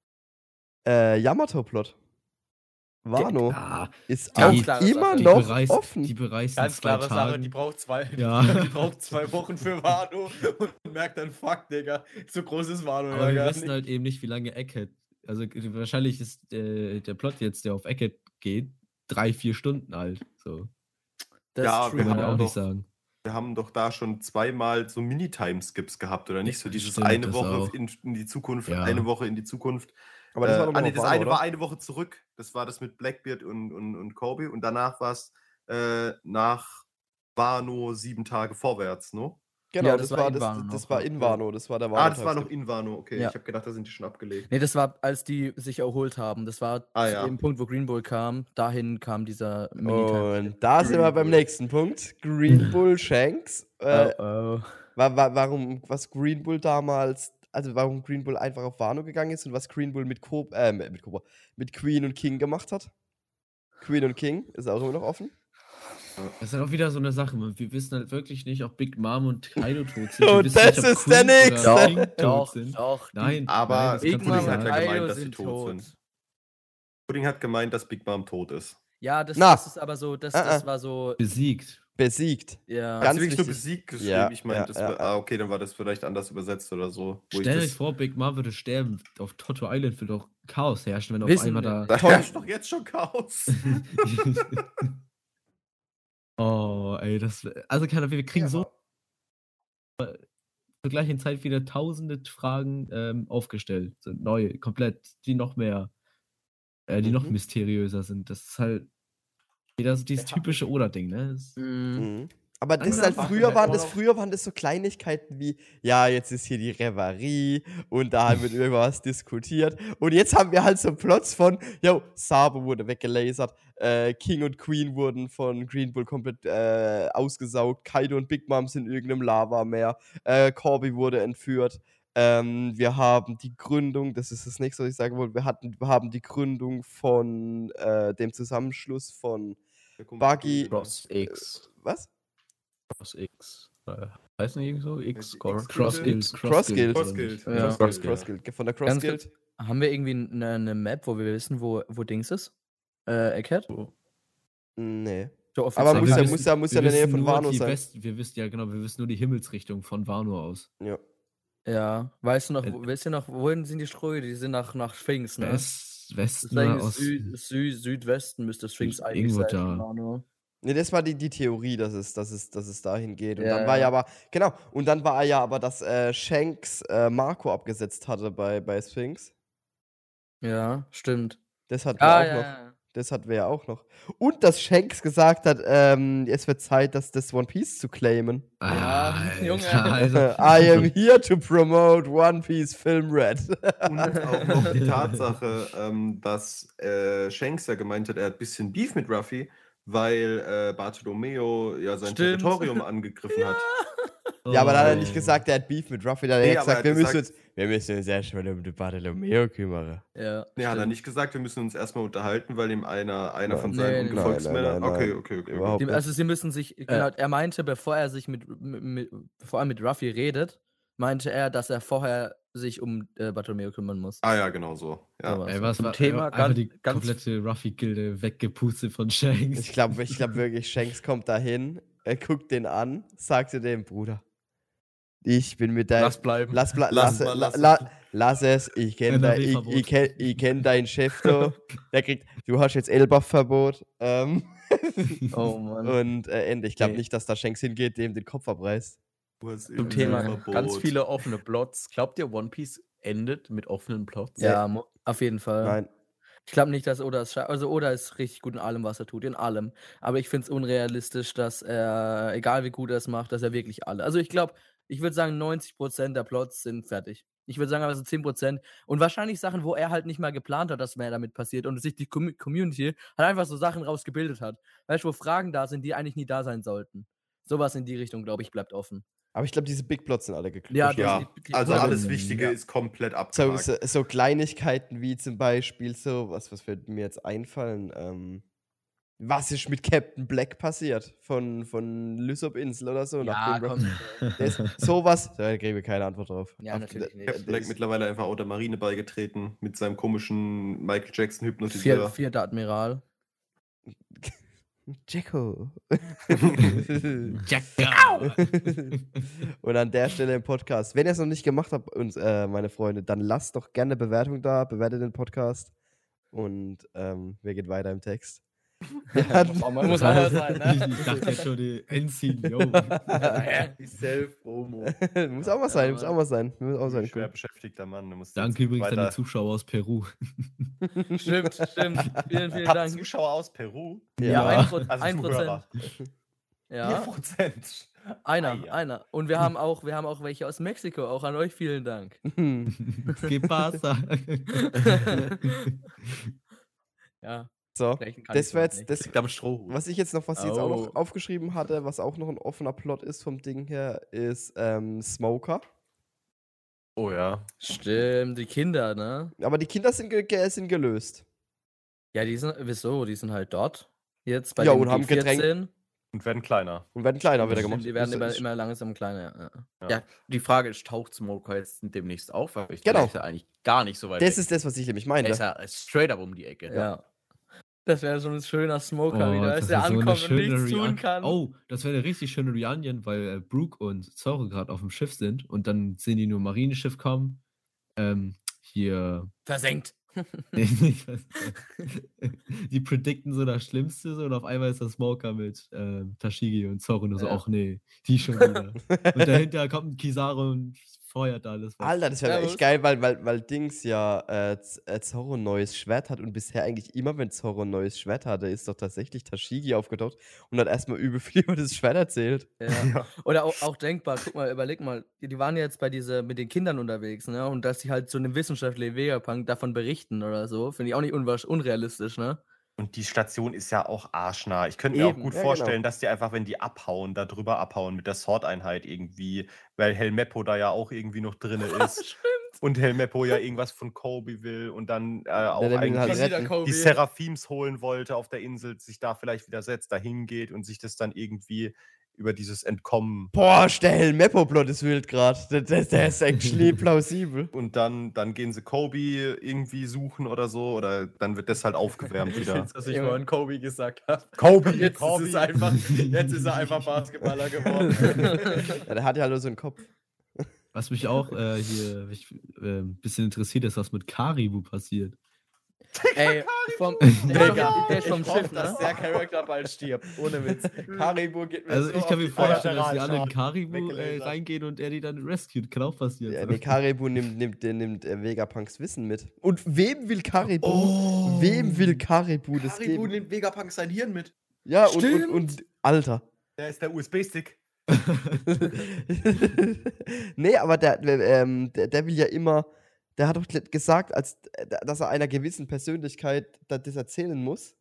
Yamato-Plot. Wano Ja, ist ganz auch klare Sache. immer Die noch bereist, offen. Die bereist Ganz in 2 klare Sache, Tagen. die braucht zwei, Ja. die braucht 2 Wochen für Wano und merkt dann, fuck, Digga, so groß ist Wano Aber ja wir gar wissen nicht. halt eben nicht, wie lange Egghead. Also wahrscheinlich ist der Plot jetzt, der auf Egghead geht, 3-4 Stunden alt. So. Das Ja, ist wir true, Kann man haben ja auch doch- nicht sagen. Wir haben doch da schon zweimal so Mini-Time-Skips gehabt, oder nicht? So dieses Stimmt, eine das Woche auch. in die Zukunft, Ja. eine Woche in die Zukunft. Aber das war doch nee, noch das Wano, eine oder? war eine Woche zurück. Das war das mit Blackbeard und Kobe. Und danach war es nach Wano 7 Tage vorwärts, ne? Genau, Ja, das das war war in Wano das noch, war ja. in Wano. Das war der Wano. Ah, das war noch in Wano, okay. Ja. Ich habe gedacht, da sind die schon abgelegt. Nee, das war, als die sich erholt haben. Das war Ah, zu ja. dem Punkt, wo Green Bull kam. Dahin kam dieser Mini-Time. Und da sind wir beim Bull. nächsten Punkt. Green Bull Shanks. Oh. Warum Green Bull damals, also warum Green Bull einfach auf Wano gegangen ist und was Green Bull mit Queen und King gemacht hat. Queen und King ist auch immer noch offen. Das ist halt auch wieder so eine Sache. Wir wissen halt wirklich nicht, ob Big Mom und Kaido tot sind. Wir Und wissen das nicht, ob ist der Queen oder nächste. King tot Doch, sind. doch. Nein, Aber nein, das Big kannst du Mom nicht hat sagen. ja Kaido gemeint, dass sie sind tot tot. sind. Pudding hat gemeint, dass Big Mom tot ist. Ja, das ist aber so, das war so, Besiegt. Besiegt. ja. Ganz Hast du wirklich nur wichtig. besiegt geschrieben? Ja, Ich meine, ja. okay, dann war das vielleicht anders übersetzt oder so. Wo Stell ich euch vor, Big Mom würde sterben. Auf Toto Island würde doch Chaos herrschen, wenn auf Wissen einmal wir da. Da herrscht doch jetzt schon Chaos. Oh, ey, also wir kriegen so zur gleichen Zeit wieder tausende Fragen aufgestellt, so neu, komplett, die noch mehr, die noch mysteriöser sind. Das ist halt wieder so dieses typische Oda-Ding, ne? Mhm. Aber das Andere halt Sachen früher hätten waren das so Kleinigkeiten wie, ja, jetzt ist hier die Reverie und da wird über was diskutiert. Und jetzt haben wir halt so Plots von, yo, Sabo wurde weggelasert, King und Queen wurden von Green Bull komplett ausgesaugt, Kaido und Big Mom sind in irgendeinem Lavameer, Corby wurde entführt. Wir haben die Gründung, das ist das nächste, was ich sagen wollte, wir haben die Gründung von dem Zusammenschluss von Buggy. Cross X. Was? Cross X. Heißt nicht irgendwie so? X-Score. Cross-Guild. Cross-Guild. Cross-Guild. Ja. Cross-Guild. Von der Ganz Cross-Guild. Haben wir irgendwie eine Map, wo wir wissen, wo Dings ist? Egghead? Nee. So Aber offiziell muss kein- ja in der Nähe von Wano sein. Wir wissen nur die Himmelsrichtung von Wano aus. Ja. Ja, weißt du noch, wohin sind die Ströme? Die sind nach Sphinx, ne? Westen Deswegen aus. Südwesten müsste Sphinx eigentlich Irgendwo sein. da. Wano. Nee, das war die Theorie, dass es dahin geht. Und Ja, dann war ja. ja aber, genau, und dann war ja aber, dass Shanks Marco abgesetzt hatte bei Sphinx. Ja, stimmt. Das hatten wir auch noch. ja. Das hatten wir ja auch noch. Und dass Shanks gesagt hat, es wird Zeit, das One Piece zu claimen. Ja, Alter, Junge. also, I am here to promote One Piece Film Red. Und auch noch die Tatsache, dass Shanks ja gemeint hat, er hat ein bisschen Beef mit Ruffy, weil Bartolomeo ja sein Stimmt. Territorium angegriffen hat. Ja, aber da hat er Oh. nicht gesagt, er hat Beef mit Ruffy. Da hat Nee, er aber gesagt, er hat wir müssen uns erstmal um den Bartolomeo kümmern. Ja, Nee, hat er stimmt. nicht gesagt, wir müssen uns erstmal unterhalten, weil ihm einer von Nee, seinen nee, Gefolgsmännern. nein, nein. Okay. Überhaupt Also sie müssen sich, genau, er meinte, bevor er sich vor allem mit Ruffy redet, meinte er, dass er vorher sich um Bartolomeo kümmern muss. Ah ja, genau so. Ja. Sowas. Ey, was Zum war Thema einfach ganz- die ganz- komplette Ruffy-Gilde weggepustet von Shanks. Ich glaube wirklich, Shanks kommt dahin, er guckt den an, sagt zu dem Bruder, ich bin mit deinem... Lass bleiben. Lass es, ich kenne NRW-Verbot. ich kenn deinen Chef da. Du hast jetzt Elbach-Verbot. Oh Mann. Und Ende. Ich glaube Okay. nicht, dass da Shanks hingeht, dem den Kopf abreißt. Zum Thema ganz viele offene Plots. Glaubt ihr, One Piece endet mit offenen Plots? Ja, auf jeden Fall. Nein. Ich glaube nicht, dass Oda es schafft. Also Oda ist richtig gut in allem, was er tut, in allem. Aber ich finde es unrealistisch, dass er, egal wie gut er es macht, dass er wirklich alle. Also ich glaube, ich würde sagen, 90% der Plots sind fertig. Ich würde sagen, aber so 10%. Und wahrscheinlich Sachen, wo er halt nicht mal geplant hat, dass mehr damit passiert und sich die Community halt einfach so Sachen rausgebildet hat. Weißt du, wo Fragen da sind, die eigentlich nie da sein sollten. Sowas in die Richtung, glaube ich, bleibt offen. Aber ich glaube, diese Big Plots sind alle geklärt. Ja, Ja, also Ja. alles Wichtige Ja. ist komplett So, abgehakt. so Kleinigkeiten wie zum Beispiel so, was wird mir jetzt einfallen? Was ist mit Captain Black passiert? Von Lysop-Insel oder so? Ja, nachdem komm. sowas, da kriege ich keine Antwort drauf. Ja, natürlich nicht. Captain Black mittlerweile einfach auch der Marine beigetreten mit seinem komischen Michael Jackson Hypnotiseur. Vierter Admiral. Jacko. Jacko! Und an der Stelle im Podcast, wenn ihr es noch nicht gemacht habt, meine Freunde, dann lasst doch gerne eine Bewertung da, bewertet den Podcast und wir gehen weiter im Text. Muss einer sein, ne? Ich dachte jetzt schon, die Ensign, yo. Die Self-Promo. Muss auch mal sein, muss auch mal sein. Muss auch sein. Schwer beschäftigter Mann. der muss Danke jetzt übrigens an die weiter- Zuschauer aus Peru. Stimmt. Vielen Habt Dank. Zuschauer aus Peru? Ja, Ja. 1%. Zuhörer. Ja, 4%. einer. Und wir haben auch welche aus Mexiko. Auch an euch vielen Dank. ¿Qué pasa? Ja, So, sprechen kann das ich war noch jetzt nicht. das, Liegt am Stroh. was ich jetzt auch noch Oh. aufgeschrieben hatte, was auch noch ein offener Plot ist vom Ding her, ist Smoker. Oh ja. Stimmt, die Kinder, ne? Aber die Kinder sind gelöst. Ja, wieso? Die sind halt dort. Jetzt bei Ja, den und haben G14. Und werden kleiner. Und werden kleiner wieder Stimmt, gemacht. die werden Ist- immer langsam kleiner. Ja. Ja, die Frage ist, taucht Smoker jetzt demnächst auf? Weil ich Genau. der ist ja eigentlich gar nicht so weit Das weg. ist das, was ich nämlich Der meinte. ist ja straight up um die Ecke. Ja. Das wäre so ein schöner Smoker wieder, als das der wär so eine ankommt und schöne nichts tun Reun- kann. Oh, das wäre eine richtig schöne Reunion, weil Brooke und Zoro gerade auf dem Schiff sind und dann sehen die nur Marineschiff kommen. Hier. Versenkt. Die predikten so das Schlimmste so und auf einmal ist das Smoker mit Tashigi und Zoro nur so, Ja. ach nee, die schon wieder. Und dahinter kommt ein Kizaru und feuert alles. was- Alter, das wäre Servus. echt geil, weil Dings ja Zorro ein neues Schwert hat und bisher eigentlich immer, wenn Zorro ein neues Schwert hatte, ist doch tatsächlich Tashigi aufgetaucht und hat erstmal übel viel über das Schwert erzählt. Ja. Oder auch denkbar, guck mal, überleg mal, die waren ja jetzt mit den Kindern unterwegs, ne? Und dass sie halt so einem Wissenschaftler wie Vegapunk davon berichten oder so, finde ich auch nicht unrealistisch, ne? Und die Station ist ja auch arschnah. Ich könnte mir auch Eben, gut ja, vorstellen, genau. dass die einfach, wenn die abhauen, da drüber abhauen mit der Sword-Einheit irgendwie, weil Helmeppo da ja auch irgendwie noch drin ist. Und Helmeppo ja irgendwas von Kobe will und dann auch der will ihn halt eigentlich retten. die Seraphims holen wollte auf der Insel, sich da vielleicht widersetzt, dahin geht und sich das dann irgendwie über dieses Entkommen Boah, der Helmeppo-Plot ist wild gerade. Der ist actually plausibel. und dann gehen sie Kobe irgendwie suchen oder so oder dann wird das halt aufgewärmt wieder. Was ich Junge. vorhin Kobe gesagt habe. Kobe! Jetzt ist er einfach Basketballer geworden. Ja, der hat ja nur so einen Kopf. Was mich auch hier ein bisschen interessiert, ist, was mit Karibu passiert. Ey, der ist vom Schiff, dass ne? der Charakter bald stirbt. Ohne Witz. Karibu geht mir Also so ich kann auf mir die vorstellen, dass die Eier. alle in Karibu Weggelasert. reingehen und er die dann rescued. Kann auch passieren. Ja, so. nee, Karibu nimmt Vegapunks Wissen mit. Und wem will Karibu? Oh. Wem will Karibu das Karibu geben? nimmt Vegapunk sein Hirn mit. Ja, Stimmt. und Alter. Der ist der USB-Stick. Nee, aber der will ja immer, der hat doch gesagt, dass er einer gewissen Persönlichkeit das erzählen muss.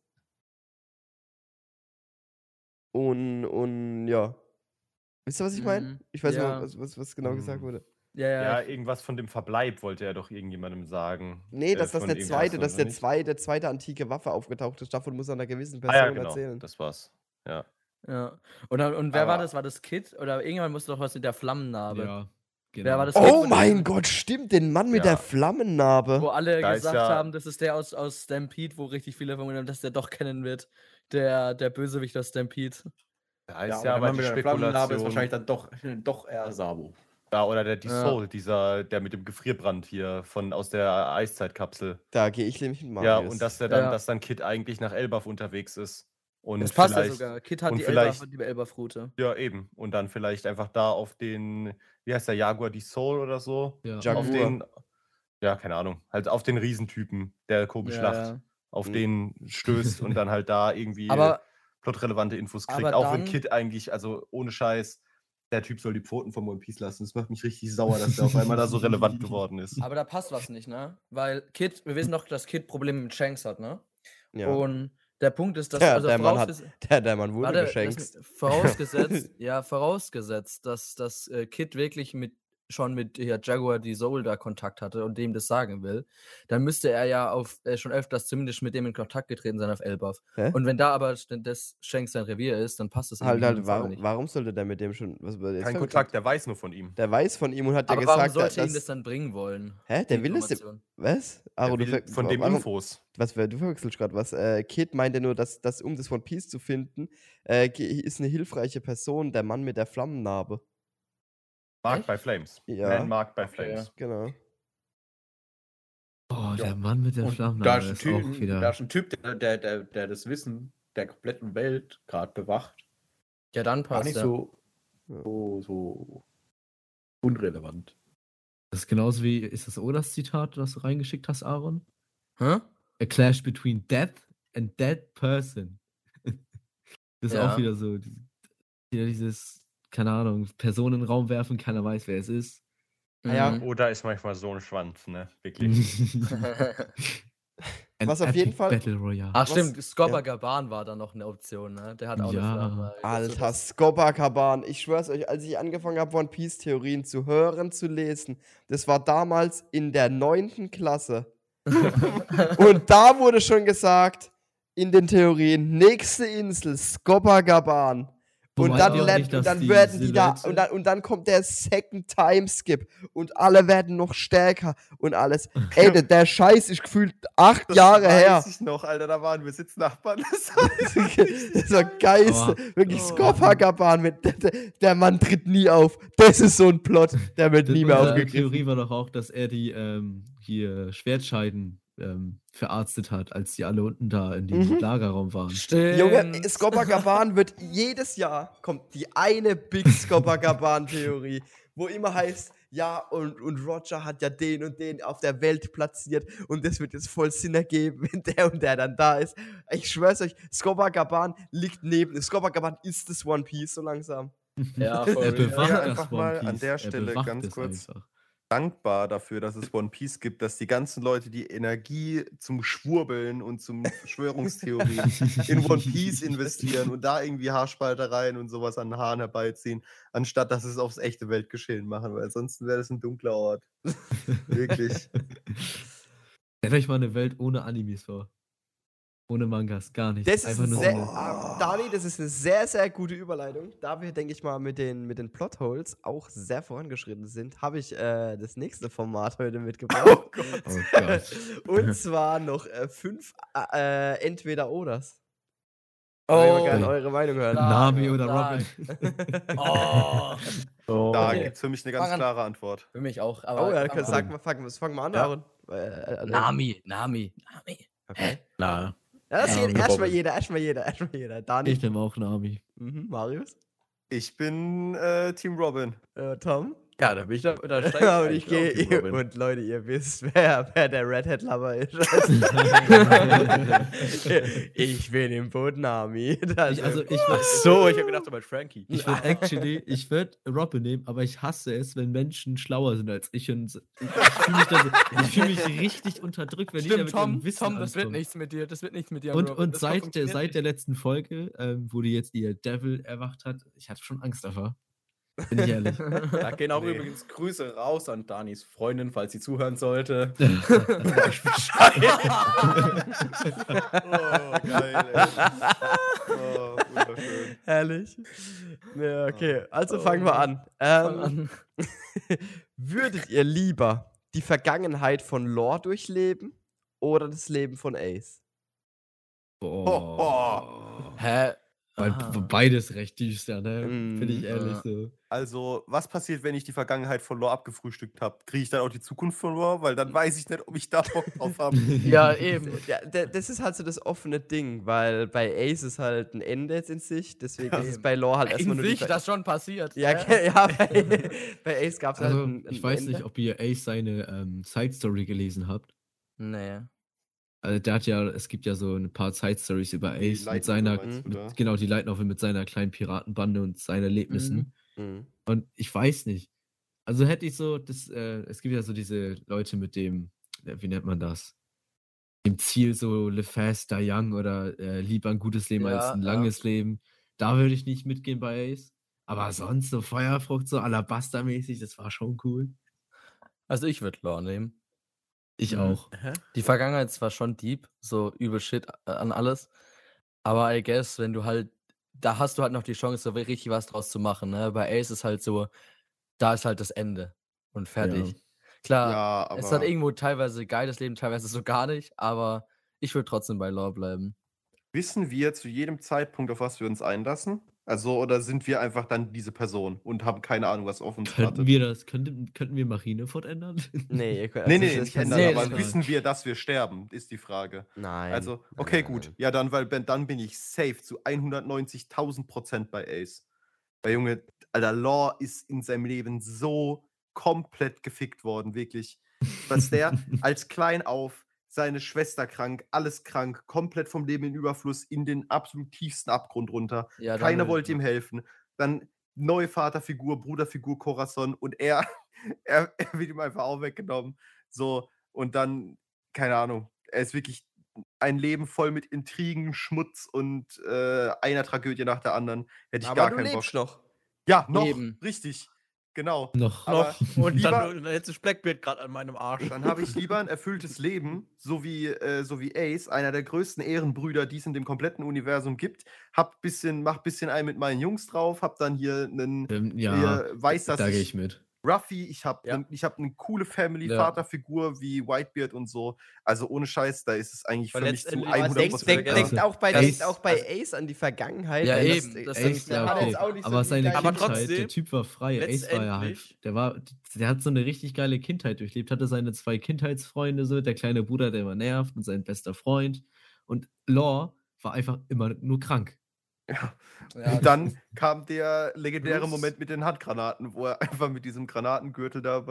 Und ja. Wisst ihr, was ich meine? Mhm. Ich weiß Ja. nicht, was genau gesagt Mhm. wurde. Ja, irgendwas von dem Verbleib wollte er doch irgendjemandem sagen. Nee, dass das von der irgendwas, zweite, dass oder der nicht? zweite antike Waffe aufgetaucht ist. Davon muss er einer gewissen Ah Person ja, genau. erzählen. Das war's. Ja. Ja. Und wer war Aber- das? War das Kid? Oder irgendjemand musste doch was mit der Flammennarbe. Ja. Wer war das Oh Kind von mein diesem- Gott, stimmt, den Mann mit Ja. der Flammennarbe. Wo alle Da ist gesagt ja- haben, das ist der aus Stampede, wo richtig viele vermuten haben, dass der doch kennen wird. Der Bösewicht aus Stampede. Da ist aber ja der aber Mann die mit der Flammennarbe ist Spekulation. wahrscheinlich dann doch eher Sabo. Ja, oder der Ja. Soul, der mit dem Gefrierbrand hier aus der Eiszeitkapsel. Da gehe ich nämlich mit Ja, Marius. und dass dann Kid eigentlich nach Elbaf unterwegs ist. Und Das passt ja vielleicht, sogar. Kid hat und die vielleicht- Elbaf-Route. Ja, eben. Und dann vielleicht einfach da auf den, wie heißt der, Jaguar die Soul oder so? Ja. Jaguar. Auf den, ja, keine Ahnung, halt auf den Riesentypen, der komisch lacht, auf Mhm. den stößt und dann halt da irgendwie Aber plotrelevante Infos kriegt. aber Auch wenn dann- Kid eigentlich, also ohne Scheiß, der Typ soll die Pfoten vom One Piece lassen. Das macht mich richtig sauer, dass der auf einmal da so relevant geworden ist. da passt was nicht, ne? Weil Kid, wir wissen doch, dass Kid Probleme mit Shanks hat, ne? ja. Und der Punkt ist, dass der Mann vorausges- der Mann wurde Warte, geschenkt. vorausgesetzt, dass Kid wirklich schon mit Jaguar die Soul da Kontakt hatte und dem das sagen will, dann müsste er ja schon öfters zumindest mit dem in Kontakt getreten sein auf Elbaf. Hä? Und wenn da aber das Shanks sein Revier ist, dann passt das irgendwie in dem Fall nicht. warum sollte der mit dem schon. Kein Kontakt, der weiß nur von ihm. Der weiß von ihm und hat ja Aber warum gesagt, sollte ihn dass. das dann bringen wollen? Hä? Der will es. Information? Was? Aro, Der du will von dem warum- Infos. Du verwechselst gerade was. Kid meinte nur, dass um das One Piece zu finden, ist eine hilfreiche Person, der Mann mit der Flammennarbe. Marked Echt? by Flames. Ja. Man marked by Okay. Flames. Genau. Oh, Ja. der Mann mit der Und Flamme da ist ein ist Typ, auch wieder. da ist ein Typ der das Wissen der kompletten Welt gerade bewacht. Ja, dann Gar passt nicht ja. so unrelevant. Das ist genauso wie, ist das Odas Zitat, was du reingeschickt hast, Aaron? Hä? A clash between death and dead person. Das ist Ja. auch wieder so, wieder dieses, keine Ahnung, Personen in den Raum werfen, keiner weiß, wer es ist. Ja. Mhm. Oder ist manchmal so ein Schwanz, ne? Wirklich. Ein Was auf jeden epic Fall- Battle Royale. Ach Was- stimmt, Scoba ja. Gaban war da noch eine Option, ne? Der hat auch Ja. eine Flamme. Alter, Scoba Kaban. Ich schwör's euch, als ich angefangen habe, One Piece Theorien zu hören, zu lesen, das war damals in der 9. Klasse. Und da wurde schon gesagt, in den Theorien, nächste Insel, Scoba Gaban. Und Wobei dann, die auch nicht, dass dann die werden die da, Silhouette- und dann kommt der Second Time Skip und alle werden noch stärker und alles. Ey, der Scheiß ist gefühlt 8 Jahre her. weiß ich noch, Alter, da waren wir Sitznachbarn. Das war geil. Aber- Wirklich Skopagaban mit der Mann tritt nie auf. Das ist so ein Plot, der wird nie mehr Unsere aufgegriffen. Theorie war doch auch, dass er die hier Schwertscheiden verarztet hat, als die alle unten da in diesem Mhm. Lagerraum waren. Stimmt. Junge, Skopagaban wird jedes Jahr kommt die eine Big Skopagaban-Theorie, wo immer heißt, ja, und Roger hat ja den und den auf der Welt platziert und das wird jetzt voll Sinn ergeben, wenn der und der dann da ist. Ich schwör's euch, Skopagaban liegt neben. Skopagaban ist das One Piece so langsam. Ja, Er voll real. bewacht Ja, das einfach One mal Piece. an der Er Stelle bewacht ganz es kurz. einfach. Dankbar dafür, dass es One Piece gibt, dass die ganzen Leute die Energie zum Schwurbeln und zum Verschwörungstheorien in One Piece investieren und da irgendwie Haarspaltereien und sowas an den Haaren herbeiziehen, anstatt dass es aufs echte Weltgeschehen machen, weil ansonsten wäre das ein dunkler Ort. Wirklich. Stellt euch mal eine Welt ohne Animes vor. Ohne Mangas, gar nichts. Das ist Einfach nur sehr, so Dani, das ist eine sehr, sehr gute Überleitung. Da wir, denke ich mal, mit den Plotholes auch sehr vorangeschritten sind, habe ich das nächste Format heute mitgebracht. Oh Gott. Und zwar noch 5 Entweder-Oders. Oh, Ich würde gerne eure Meinung hören. Nami oder stark. Robin. Oh, Da Okay. gibt es für mich eine ganz Fang an. klare Antwort. für mich auch. Oh Aber ja, fangen wir an, Ja. Aaron. Nami. Okay. Na, Ja, das Ja, geht mit erstmal jeder. Dani. Ich nehme auch Nami. Marius. Ich bin Team Robin. Tom. ja, da bin ich da steig Ja, und eigentlich ich gehe. auf die Robin. Und Leute, ihr wisst, wer der Red Hat Lover ist. Ich bin im Boot Nami. Ich Ach so, ich habe gedacht, du meinst Frankie. ich würde Robin nehmen, aber ich hasse es, wenn Menschen schlauer sind als ich und ich fühle mich richtig unterdrückt, wenn die da Stimmt, mit ihrem Tom, Wissen das wird ankommen. nichts mit dir. Das wird nichts mit dir. Und, Robin. und Das seit funktioniert der letzten Folge, wo die jetzt ihr Devil erwacht hat, ich hatte schon Angst davor. Bin ich ehrlich. Da gehen auch Nee. übrigens Grüße raus an Danis Freundin, falls sie zuhören sollte. Oh, geil, ey. Oh. Wunderschön. Herrlich. Ja, okay. Also fangen wir an. Fang an. Würdet ihr lieber die Vergangenheit von Lore durchleben oder das Leben von Ace? Boah. Hä? Weil Aha. beides recht düster, ne? Bin ich Mm, ehrlich so. Also, was passiert, wenn ich die Vergangenheit von Lore abgefrühstückt habe? Kriege ich dann auch die Zukunft von Lore? Weil dann weiß ich nicht, ob ich da Bock drauf habe. Ja, eben. Ja, das ist halt so das offene Ding, weil bei Ace ist halt ein Ende jetzt in sich, deswegen ist es bei Lore halt erstmal In nur die sich, das schon passiert. Ja, hä? ja bei Ace gab es halt Also, ein ich weiß Ende. nicht, ob ihr Ace seine Side-Story gelesen habt. Nee. Also, der hat ja, es gibt ja so ein paar Side-Stories über Die Ace Light mit seiner, Novel meinst du, oder? genau, die Light Novel mit seiner kleinen Piratenbande und seinen Erlebnissen. Mhm. Und ich weiß nicht. Also hätte ich so, es gibt ja so diese Leute mit dem, wie nennt man das? Dem Ziel so live fast, die young oder lieber ein gutes Leben als Ja, ein ja. langes Leben. Da würde ich nicht mitgehen bei Ace. Aber sonst so Feuerfrucht, so Alabaster-mäßig, das war schon cool. Also ich würde Lore nehmen. Ich Mhm. auch. Die Vergangenheit ist zwar schon deep, so übel Shit an alles, aber I guess, wenn du halt, da hast du halt noch die Chance, so richtig was draus zu machen, ne? Bei Ace ist halt so, da ist halt das Ende und fertig. Ja. Klar, Ja, es hat aber irgendwo teilweise geiles Leben, teilweise so gar nicht, aber ich würde trotzdem bei Lore bleiben. wissen wir zu jedem Zeitpunkt, auf was wir uns einlassen? Also, oder sind wir einfach dann diese Person und haben keine Ahnung, was auf uns Könnten wartet? wir Marineford ändern? Nee, ihr könnt, Nee, also nee, das nicht kann ändern, nee, aber das- wissen wir, dass wir sterben, ist die Frage. Nein. Also, nein, okay, nein, gut. nein. Ja, dann, weil dann bin ich safe zu 190.000% bei Ace. Weil Junge, Alter, Lore ist in seinem Leben so komplett gefickt worden, wirklich. Was der als klein auf, seine Schwester krank, alles krank, komplett vom Leben in Überfluss, in den absolut tiefsten Abgrund runter. Ja, dann Keiner würd- wollte ihm helfen. Dann neue Vaterfigur, Bruderfigur Corazon und er wird ihm einfach auch weggenommen. So, und dann, keine Ahnung, er ist wirklich ein Leben voll mit Intrigen, Schmutz und einer Tragödie nach der anderen. Hätte ich Aber gar du keinen Bock. lebst noch. Ja, noch, Eben. richtig. Genau. Noch. Aber Und lieber, dann jetzt ist Blackbeard gerade an meinem Arsch. dann habe ich lieber ein erfülltes Leben, so wie Ace, einer der größten Ehrenbrüder, die es in dem kompletten Universum gibt. Mach bisschen ein mit meinen Jungs drauf, hab dann hier einen, Ja, weiß, dass da gehe ich ich mit. Ruffy, ich habe Ja. eine coole Family, Ja. Vaterfigur wie Whitebeard und so. Also ohne Scheiß, da ist es eigentlich Weil für mich zu letztendlich- Aber 100%. denkt vergessen. auch bei, Ace- denkt auch bei Ace an die Vergangenheit. Ja, weil eben, das das ist- der ja, hat okay. jetzt auch nicht so Aber die seine geile- Aber Kindheit, trotzdem, der Typ war frei. Ace war ja halt, letztendlich- der hat so eine richtig geile Kindheit durchlebt, hatte seine 2 Kindheitsfreunde, so der kleine Bruder, der immer nervt und sein bester Freund. Und Lore war einfach immer nur krank. Ja. Ja, Und dann kam der legendäre Bruce- Moment mit den Handgranaten, wo er einfach mit diesem Granatengürtel da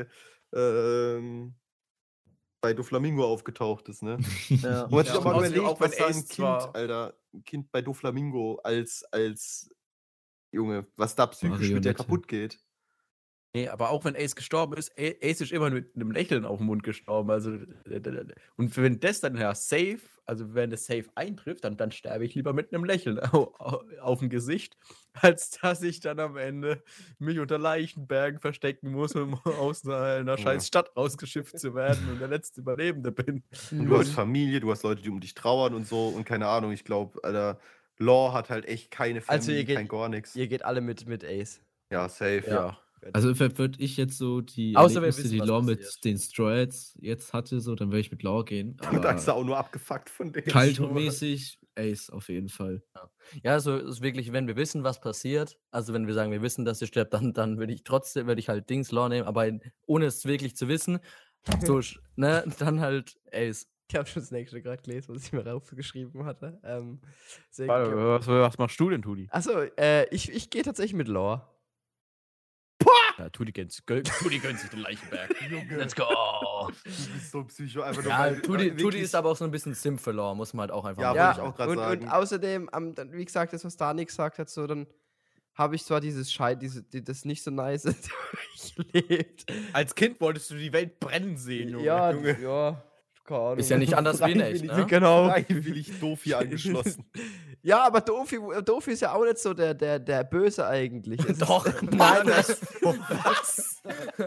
bei Doflamingo aufgetaucht ist, ne? ja. Wo man sich Ja, auch mal und überlegt, auch wenn was da ein Ace Kind, zwar- Alter, ein Kind bei Doflamingo als Junge, was da psychisch mit der Marionette. kaputt geht. Nee, aber auch wenn Ace gestorben ist, Ace ist immer mit einem Lächeln auf dem Mund gestorben. Also, und wenn das dann ja safe, also wenn das safe eintrifft, dann sterbe ich lieber mit einem Lächeln auf dem Gesicht, als dass ich dann am Ende mich unter Leichenbergen verstecken muss, um aus einer Ja. scheiß Stadt rausgeschifft zu werden und der letzte Überlebende bin. Und du hast Familie, du hast Leute, die um dich trauern und so und keine Ahnung, ich glaube, Alter, Lore hat halt echt keine Also Family, ihr geht- kein gar nichts. Ihr geht alle mit Ace. Ja, safe. Ja. Also würde ich jetzt so die Außer wir Erlebnisse, wissen, die was Lore passiert. mit den Stroids jetzt hatte, so, dann wäre ich mit Lore gehen. Und dann ist er Aber auch nur abgefuckt von denen. Childhood-mäßig Ace auf jeden Fall. Ja, also ist wirklich, wenn wir wissen, was passiert, also wenn wir sagen, wir wissen, dass sie stirbt, dann würde ich halt Dings Lore nehmen, aber ohne es wirklich zu wissen, so, ne, dann halt Ace. Ich habe schon das nächste gerade gelesen, was ich mir raufgeschrieben hatte. Was machst du denn, Tudi? Achso, ich gehe tatsächlich mit Lore. Ja, Tudi gönnt sich den Leichenberg. Let's go! Du bist so psycho, einfach nur Ja, weil- Tudi wirklich- ist aber auch so ein bisschen Sim für Lore, muss man halt auch einfach Ja, mal wollte sagen. ich auch gerade und sagen. außerdem, dann, wie gesagt, das, was Dani gesagt hat, so, dann habe ich zwar das nicht so nice durchlebt. Als Kind wolltest du die Welt brennen sehen, Junge. Ja, Junge. ja, keine Ahnung. Ist ja nicht anders wie in echt, Freiwillig- ne? Genau. Freiwillig doof hier angeschlossen. Ja, aber Dofi ist ja auch nicht so der Böse eigentlich. Es ist- Doch, nein, das. Was?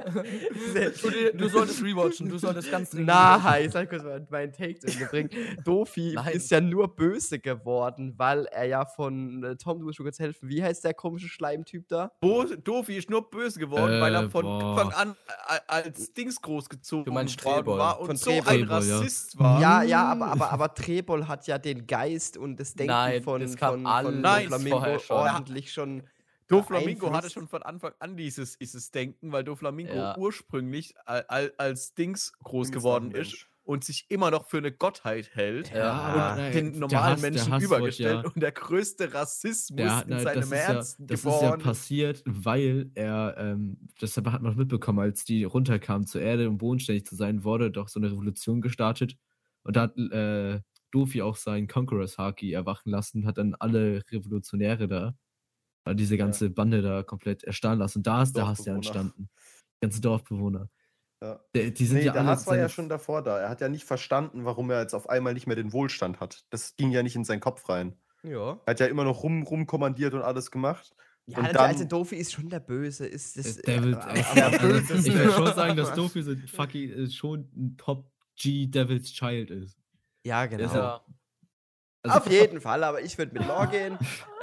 Du solltest rewatchen, du solltest ganz dringend. Nein, ich soll kurz meinen Take zu Ende bringen. Dofi Nein. ist ja nur böse geworden, weil er ja von Tom, du musst mir kurz helfen. Wie heißt der komische Schleimtyp da? Dofi ist nur böse geworden, weil er von boah. Anfang an als Dings großgezogen Du meinst worden Trebol. war und Von so ein Trebol, ja. Rassist war. Ja, aber Trebol hat ja den Geist und das Denken Nein, von das kam alles Flamingo vorher schon. ordentlich schon. Doflamingo hatte beeinflusst. schon von Anfang an dieses Denken, weil Doflamingo Ja. ursprünglich als Dings groß Ist geworden doch ein ist Mensch. und sich immer noch für eine Gottheit hält. Ja. Und der den normalen Hass- der Menschen Hass übergestellt wird und der größte Rassismus in das seinem ist ja, Herzen das ist ja geboren. passiert, weil er, das hat man mitbekommen, als die runterkamen zur Erde, um bodenständig zu sein, wurde doch so eine Revolution gestartet. Und da hat Dofi auch seinen Conqueror's Haki erwachen lassen, hat dann alle Revolutionäre da, diese ganze Bande da komplett erstarren lassen. Und da ist der Hass ja Dorfbewohner. entstanden. Die ganzen Dorfbewohner. Ja. Die sind Nee, ja der alle Hass war ja seine- schon davor da. Er hat ja nicht verstanden, warum er jetzt auf einmal nicht mehr den Wohlstand hat. Das ging ja nicht in seinen Kopf rein. Ja. Er hat ja immer noch rumkommandiert und alles gemacht. Ja, Und der dann- alte Dofi ist schon der Böse. Ist das, Devil, böse ist ich der. würde schon sagen, dass Dofi so fucking schon ein Top-G Devil's Child ist. ja, genau. Ist er. Also- Auf jeden Fall, aber ich würde mit Law gehen.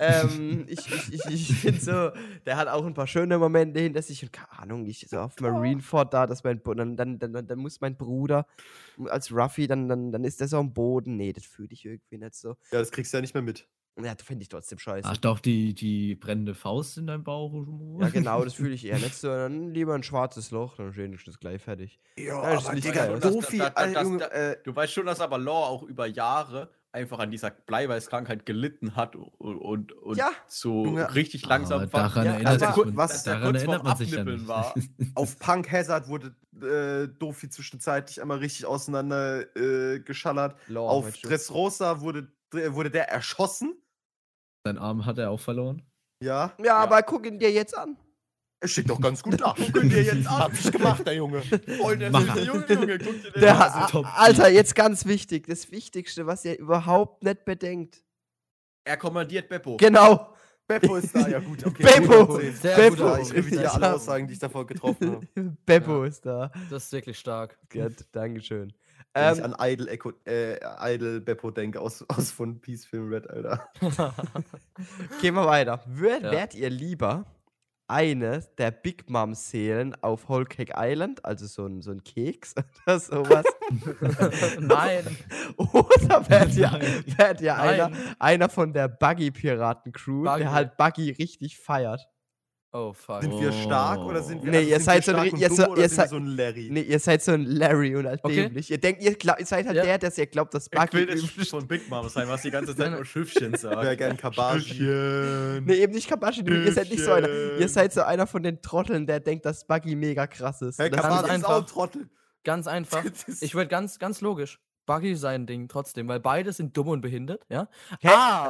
Ich finde so, der hat auch ein paar schöne Momente hinter sich und keine Ahnung, ich so auf Marineford da, dass dann muss mein Bruder als Ruffy, dann ist der so am Boden. Nee, das fühle ich irgendwie nicht so. Ja, das kriegst du ja nicht mehr mit. Ja, das finde ich trotzdem scheiße. Ach doch, die brennende Faust in deinem Bauch. Ja, genau, das fühle ich eher nicht so. Dann lieber ein schwarzes Loch, dann ist wenigstens gleich fertig. Ja, das ist nicht geil. Dofi, Junge, Du weißt schon, dass aber Law auch über Jahre einfach an dieser Bleiweißkrankheit gelitten hat und Ja, so Junge. richtig langsam Aber daran Ja, erinnert also sich man, was- der daran kurz vorm erinnert man sich ja Abnippeln nicht. war. auf Punk Hazard wurde Dofi zwischenzeitlich einmal richtig auseinander geschallert. Law, Auf meinst du? Dressrosa wurde der erschossen. Sein Arm hat er auch verloren. Ja. Ja, aber guck ihn dir jetzt an. Er steht doch ganz gut da. Guck ihn dir jetzt an. Hab ich gemacht, der Junge. Voll der Macher. Junge, guck dir den Der, an. also top. Alter, jetzt ganz wichtig, das Wichtigste, was ihr überhaupt nicht bedenkt. Er kommandiert Beppo. Genau. Beppo ist da, ja gut. Okay, Beppo. gut, Sehr Beppo. guter Ich Punkt. revidiere Das alle haben- Aussagen, die ich davor getroffen habe. Beppo Ja. ist da. Das ist wirklich stark. Gut, Dankeschön. Wenn ich an Idle Beppo denke, aus von Peace Film Red, Alter. Gehen wir weiter. Ja. Wärt ihr lieber eine der Big Mom Seelen auf Whole Cake Island, also so ein Keks oder sowas? Nein. Oder wärt ihr Nein. einer von der Buggy Piraten Crew, Buggy. der halt Buggy richtig feiert? Oh, fuck. Sind wir stark oder sind wir, Nee, ihr sind seid wir so ein stark ri- und ihr dumm so- oder ihr sind wir seid- so ein Larry? Nee, ihr seid so ein Larry und halt Okay. dämlich. Ihr denkt, ihr seid halt Ja. der, dass ihr glaubt, dass Ich will Buggy. das von Big Mom sein, was die ganze Zeit nur Schiffchen Ich wäre sagt. gern Kabashi. Nee, eben nicht Kabashi, ihr seid nicht so einer. Ihr Küchen. seid so einer von den Trotteln, der denkt, dass Buggy mega krass ist. Herr Das- Kabashi ist einfach. auch ein Trottel. Ganz einfach. Das ist- Ich würde ganz logisch. Buggy sein Ding trotzdem, weil beide sind dumm und behindert, ja. Hä?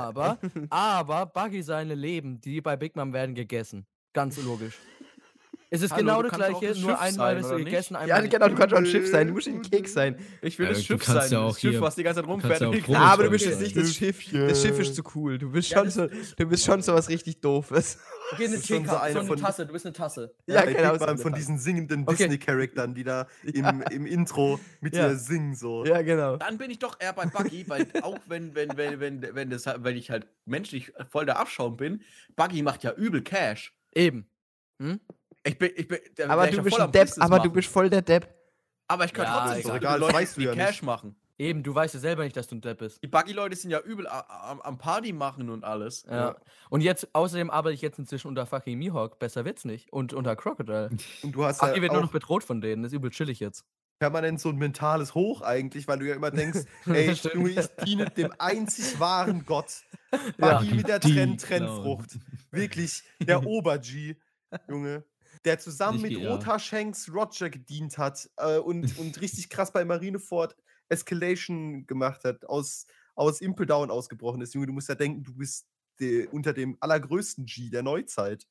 Aber Buggy seine Leben, die bei Big Mom werden gegessen. Ganz logisch. Es ist Hallo, genau du das kannst auch gleiche, das nur Schiff einmal sein, wirst du oder nicht? gegessen, Ja, einmal nicht. genau, du kannst schon ein Schiff sein, du musst ein Keks sein. Ich will Ja, das du Schiff kannst sein. ja auch Das Schiff, hier- was die ganze Zeit kannst rumfährt. ja auch und die Profi Ja, aber du sein. bist jetzt nicht das Schiff. Das Schiff ist zu cool. Du bist schon so was richtig Doofes. Okay, eine Das ist schon so Teekanne, eine so eine von- Tasse, du bist eine Tasse. Ja, Ey, genau. Big so Mom eine von Tasse. diesen singenden Okay. Disney-Charakteren, die da im Intro mit Ja. ihr singen so. Ja, genau. Dann bin ich doch eher bei Buggy, weil auch wenn ich halt menschlich voll der Abschaum bin, Buggy macht ja übel Cash. Eben. Aber du bist ein Depp, du bist voll der Depp. Aber ich kann Ja, trotzdem ist so doch viele egal, das Leute, weißt du die ja Cash nicht. machen. Eben, du weißt ja selber nicht, dass du ein Depp bist. Die Buggy-Leute sind ja übel am Party machen und alles. Ja. Und jetzt, außerdem arbeite ich jetzt inzwischen unter fucking Mihawk. Besser wird's nicht. Und unter Crocodile. Und du hast Buggy ja wird nur noch auch bedroht von denen. Das ist übel chillig jetzt. permanent so ein mentales Hoch eigentlich, weil du ja immer denkst, ey, Stimmt. Junge, ich diene dem einzig wahren Gott. Ja. Buggy mit der Die Trennfrucht. Wirklich, der Ober-G, Junge. Der zusammen Nicht mit die, ja. Ota Shanks Roger gedient hat und richtig krass bei Marineford Escalation gemacht hat, aus Impel Down ausgebrochen ist. Junge, du musst ja denken, du bist unter dem allergrößten G der Neuzeit.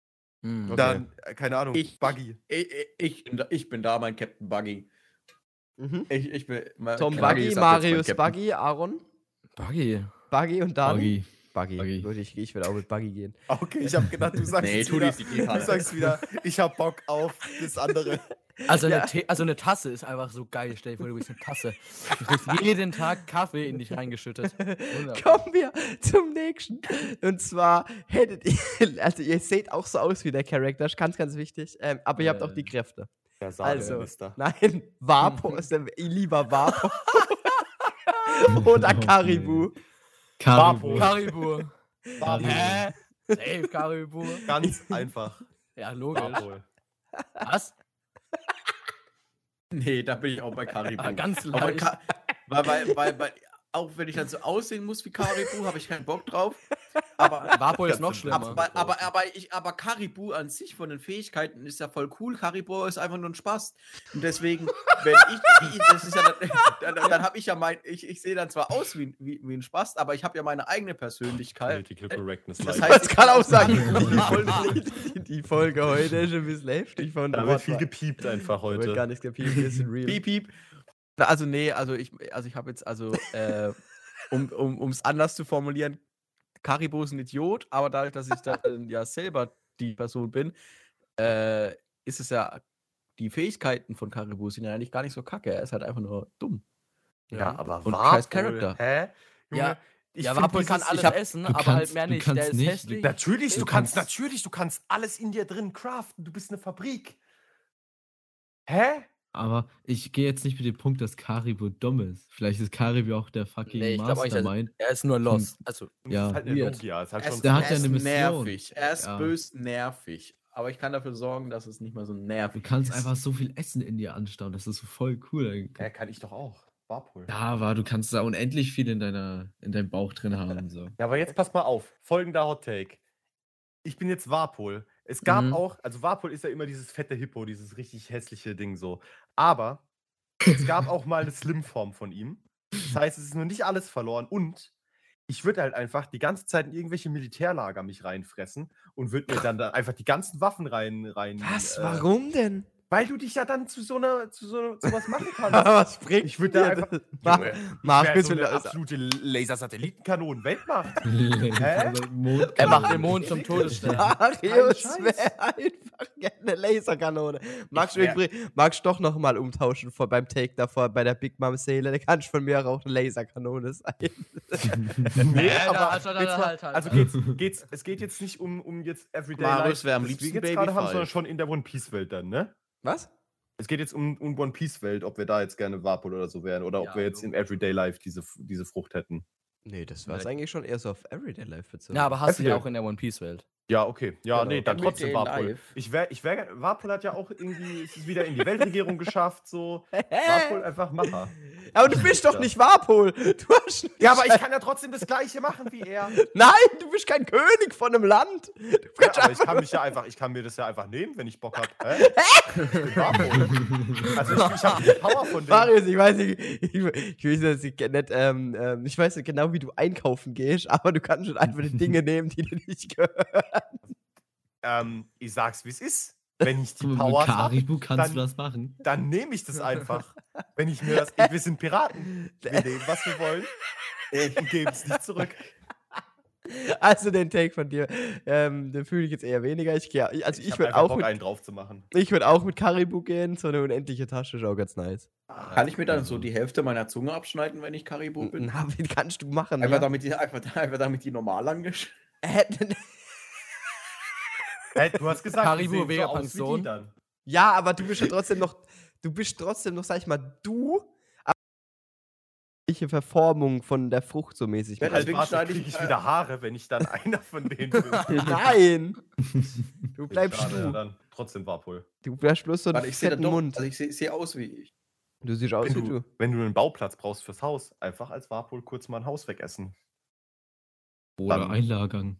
Hm. Okay. Dann, keine Ahnung, Ich- Buggy. Ich bin da, mein Captain Buggy. Mhm. Ich will mal. Tom Klar, Buggy, ich sag jetzt mein Marius Captain. Buggy, Aaron Buggy. Buggy und Dani. Buggy. Buggy. Buggy. Gut, ich will auch mit Buggy gehen. Okay, ich habe gedacht, du sagst Nee, jetzt tu wieder, die Karte. du sagst wieder, ich hab Bock auf das andere. Also, Ja. eine Tasse ist einfach so geil. Stell dir vor, du bist eine Tasse. Du kriegst jeden Tag Kaffee in dich reingeschüttet. Wunderbar. Kommen wir zum nächsten. Und zwar hättet ihr, also ihr seht auch so aus wie der Charakter, ist ganz, ganz wichtig. Aber ihr habt auch die Kräfte. Ja, Also, Mister. nein, Vapo ist der lieber Vapo. Oder Karibu. Vapo. Karibu. Vapo. Hä? Safe Karibu. Ganz einfach. Ja, logisch. Vapo. Was? Nee, da bin ich auch bei Karibu. Ah, ganz Aber leicht. weil, auch wenn ich dann so aussehen muss wie Karibu, habe ich keinen Bock drauf. Aber Vapo ist noch schlimmer. aber Karibu an sich von den Fähigkeiten ist ja voll cool. Karibu ist einfach nur ein Spaß. Und deswegen, wenn ich, das ist ja dann habe ich ja ich sehe dann zwar aus wie ein Spaß, aber ich habe ja meine eigene Persönlichkeit. Political Correctness. Das Live. heißt, Das kann auch sagen, Karibu- die Folge heute ist schon ein bisschen heftig von Da wird viel gepiept einfach Da wird heute. gar nichts gepiept, wir sind real. Piep, piep. Also, nee, ich habe jetzt, um es anders zu formulieren, Karibu ist ein Idiot, aber dadurch, dass ich dann ja selber die Person bin, ist es ja, die Fähigkeiten von Karibu sind ja eigentlich gar nicht so kacke. Er ist halt einfach nur dumm. Ja, aber Und Vapo, scheiß Charakter. Hä? Junge, Ja, ich ja, find Vapo kann dieses- alles ich hab- essen, du aber kannst- halt mehr du nicht. kannst Der ist nicht- hässlich. Natürlich, Du du kannst- kannst alles in dir drin craften. Du bist eine Fabrik. Hä? Aber ich gehe jetzt nicht mit dem Punkt, dass Karibu dumm ist. Vielleicht ist Karibu auch der fucking Nee, ich glaube auch nicht. Mastermind. Er ist nur lost. Also, Das Ja, ist halt eine weird. Logia. Ist halt Er schon ist, Der hat er ja ist eine Mission. nervig. Er ist Ja. bös nervig. Aber ich kann dafür sorgen, dass es nicht mehr so nervig Du kannst ist. einfach so viel Essen in dir anstauen. Das ist so voll cool. Ja, kann ich doch auch. Vapo. Ja, aber du kannst da unendlich viel in deinem Bauch drin haben. So. Ja, aber jetzt pass mal auf. Folgender Hot Take. Ich bin jetzt Warpol. Es gab Mhm. auch, also Warpol ist ja immer dieses fette Hippo, dieses richtig hässliche Ding so. Aber es gab auch mal eine Slim-Form von ihm. Das heißt, es ist noch nicht alles verloren. Und ich würde halt einfach die ganze Zeit in irgendwelche Militärlager mich reinfressen und würde mir dann da einfach die ganzen Waffen rein. Was? Warum denn? Weil du dich ja dann zu sowas machen kannst. Was bringt Ich würde da dir einfach. das? Junge, Markus so will eine das. absolute Laser-Satellitenkanon-Weltmacht. er macht den Mond zum Todesstern. Marius Scheiß. wäre einfach gerne eine Laserkanone. Magst du wär- übrigens, magst du doch noch mal umtauschen beim Take davor bei der Big Mom Seele? Da kannst du von mir auch eine Laserkanone sein. Nee, aber halt, jetzt mal, halt. also es geht jetzt nicht um jetzt Everyday Marius Life, wäre am das liebsten wir jetzt Baby gerade haben, Five. sondern schon in der One Piece Welt dann, ne? Was? Es geht jetzt um One Piece Welt, ob wir da jetzt gerne Warpol oder so wären oder Ja, ob wir jetzt im Everyday Life diese Frucht hätten. Nee, das war es eigentlich schon eher so auf Everyday Life bezogen. Ja, aber hast du ja Everyday. auch in der One Piece Welt. Ja, okay. Ja, Genau. nee, dann Everyday trotzdem Warpol. Life. Warpol hat ja auch irgendwie, ist es wieder in die Weltregierung geschafft, so. Warpol einfach Macher. Aber du bist doch nicht Warpol. Du hast nicht Ja, aber ich kann ja trotzdem das Gleiche machen wie er. Nein, du bist kein König von einem Land. Du Ja, kannst aber ich kann mir das ja einfach nehmen, wenn ich Bock habe. Ich bin Warpol. Also ich habe die Power von dem. Marius, ich weiß nicht, ich weiß jetzt nicht, ich weiß nicht genau, wie du einkaufen gehst, aber du kannst schon einfach die Dinge nehmen, die dir nicht gehören. Ich sag's, wie es ist. Wenn ich die Mit Power habe, Karibu kannst du dann- das machen. dann nehme ich das einfach. Wenn ich mir das. Wir sind Piraten. Wir nehmen, was wir wollen. Und geben es nicht zurück. Also den Take von dir, den fühle ich jetzt eher weniger. Ich hab würde einfach auch, Bock, mit- einen drauf zu machen. ich würd auch mit Karibu gehen, so eine unendliche Tasche ist auch ganz nice. Kann ich mir dann so die Hälfte meiner Zunge abschneiden, wenn ich Karibu bin? Na, wie kannst du machen? Einfach, Ja? damit die normal lang ist. Hey, du hast gesagt, Karibu die sehen Vega so aus wie Pension. die dann. Ja, aber du bist ja trotzdem noch, sag ich mal, aber welche Verformung von der Frucht so mäßig. Ja, bist. deswegen Warte, schneide krieg ich- ich wieder Haare, wenn ich dann einer von denen bin. Nein! Du bleibst Schade, ja, du. dann trotzdem Warpol. Du bleibst bloß so einen Weil ich sehe fetten doch, Mund. also ich sehe aus wie ich. Du siehst aus wie Wenn du. wenn du einen Bauplatz brauchst fürs Haus, einfach als Warpol kurz mal ein Haus wegessen. Oder Dann- einlagern.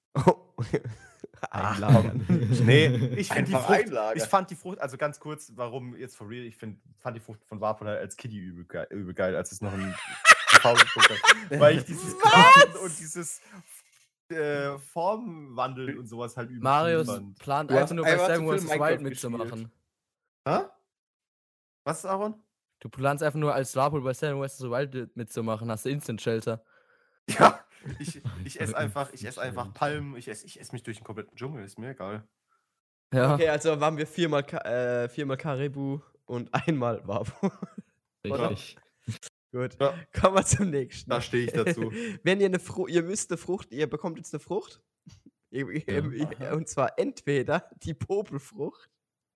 Einlagern. Nee, ich finde die Einfach Frucht, einlagern. ich fand die Frucht, also ganz kurz, warum jetzt for real, fand die Frucht von Warpol halt als Kiddie übel geil, als es noch ein TV geguckt hat. Weil ich dieses Grafen und dieses Formwandeln und sowas halt übel Marius cool fand. plant Du hast einfach nur bei einfach Seven zu Worlds viel Wild Minecraft mitzumachen. Hä? Was, Aaron? Du planst einfach nur als Warpol bei Seven West so Wild mitzumachen, hast du Instant Shelter. Ja, ich esse einfach Palmen, ich esse mich durch den kompletten Dschungel, ist mir egal. Ja. Okay, also waren wir viermal Karibu und einmal Warpol. Richtig. Gut, Ja. kommen wir zum nächsten. Da stehe ich dazu. Wenn ihr ihr müsst eine Frucht, ihr bekommt jetzt eine Frucht. Und zwar entweder die Popelfrucht.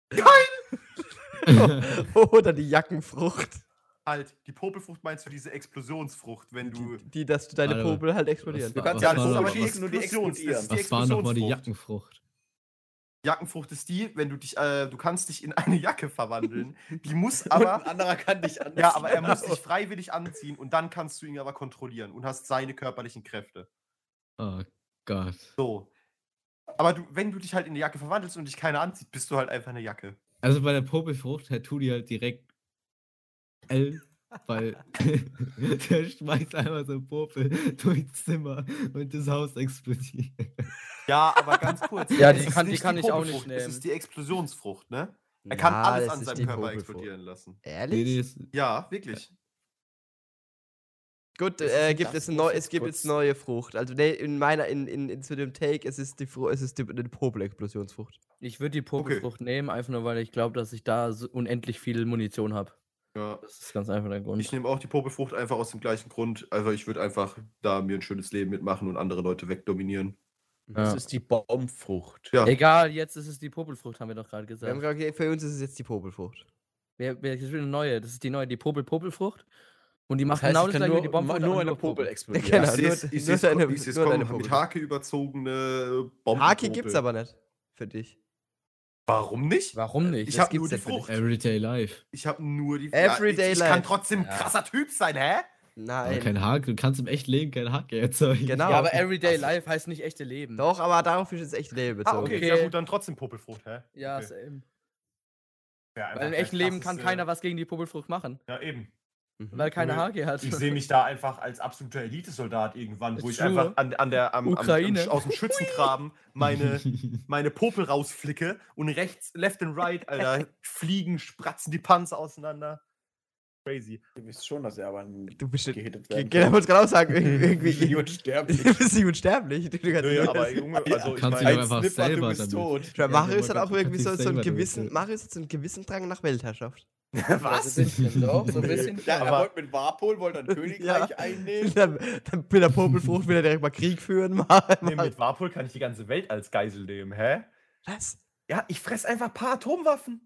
Oder die Jackenfrucht. Halt, die Popelfrucht meinst du diese Explosionsfrucht, wenn du. Dass du deine Warte, Popel halt explodieren. Du kannst Was ja war alles noch- aber schießen und die explodieren. Was war nochmal die Jackenfrucht? Jackenfrucht ist die, wenn du dich, du kannst dich in eine Jacke verwandeln. Die muss Aber ein aber. anderer kann dich anziehen. Ja, aber er muss dich freiwillig anziehen und dann kannst du ihn aber kontrollieren und hast seine körperlichen Kräfte. Oh Gott. So. Aber wenn du dich halt in eine Jacke verwandelst und dich keiner anzieht, bist du halt einfach eine Jacke. Also bei der Popelfrucht tu die halt direkt L, weil der schmeißt einfach so Popel durchs Zimmer und das Haus explodiert. Ja, aber ganz kurz. Ja, es die ist kann nicht ich auch nicht Popelfrucht, nehmen. Es ist die Explosionsfrucht, ne? Er kann Ja, alles das an ist seinem die Körper Popelfrucht. explodieren lassen. Ehrlich? Ja, wirklich. Gut, Das ist gibt das, es, wo es gibt kurz- jetzt neue Frucht. Also zu dem Take, es ist die Popel-Explosionsfrucht. Ich würde die Popelfrucht nehmen, einfach nur, weil ich glaube, dass ich da so unendlich viel Munition habe. Ja. Das ist ganz einfach der Grund. Ich nehme auch die Popelfrucht einfach aus dem gleichen Grund. Also ich würde einfach da mir ein schönes Leben mitmachen und andere Leute wegdominieren. Das Ja. ist die Baumfrucht. Ja. Egal, jetzt ist es die Popelfrucht, haben wir doch gerade Wir haben gesagt. gesagt, okay, für uns ist es jetzt die Popelfrucht. Das ist eine neue, das ist die neue, die Popelfrucht. Und die Das macht heißt, genau ich das kann gleiche wie die Baumfrucht. nur aber eine auf Popel Popel. explodieren. Genau. Ich sehe nur es deine- mit nur deine mit Popel. Hake überzogene Bomben. Haki gibt's aber nicht für dich. Warum nicht? Warum nicht? Ich Das habe nur gibt's die ja für dich. Frucht. Everyday Life. Ich habe nur die Everyday ich kann life. trotzdem ein Ja. krasser Typ sein, hä? Aber Nein. kein Haken, du kannst im echten Leben kein Haken erzeugen. Genau. Ja, aber Everyday Life heißt nicht echte Leben. Doch, aber darauf ist jetzt echt Leben bezogen. Okay, Okay. ja gut, dann trotzdem Popelfrucht, hä? Ja, Okay. same. Ja, einfach Weil im der echten Leben kann krasseste- keiner was gegen die Popelfrucht machen. Ja, eben. Mhm. Weil keine Cool. Hake hat. Ich sehe mich da einfach als absoluter Elitesoldat irgendwann, wo ich True. einfach Ukraine. aus dem Schützengraben meine Popel rausflicke und rechts, left and right, Alter, fliegen, spratzen die Panzer auseinander. Crazy. Du wisst schon, dass er aber Du bist gehittet Genau, ich wollte gerade auch sagen, irgendwie. unsterblich. Du bist nicht unsterblich. Du kannst Nö, nicht- aber Junge, also ich Kannst du meine, doch einfach Sniffer, du selber bist damit. tot. Ja, Ja, Marius aber hat auch du irgendwie kannst so einen dich selber gewissen, damit- Marius hat so einen gewissen Drang nach Weltherrschaft. was? So ein bisschen. Ja, er Aber- wollte mit Warpol, wollte ein Königreich einnehmen. Dann mit der Popelfrucht will er direkt mal Krieg führen. Nee, mit Warpol kann ich die ganze Welt als Geisel nehmen, hä? Was? Ja, ich fress einfach ein paar Atomwaffen.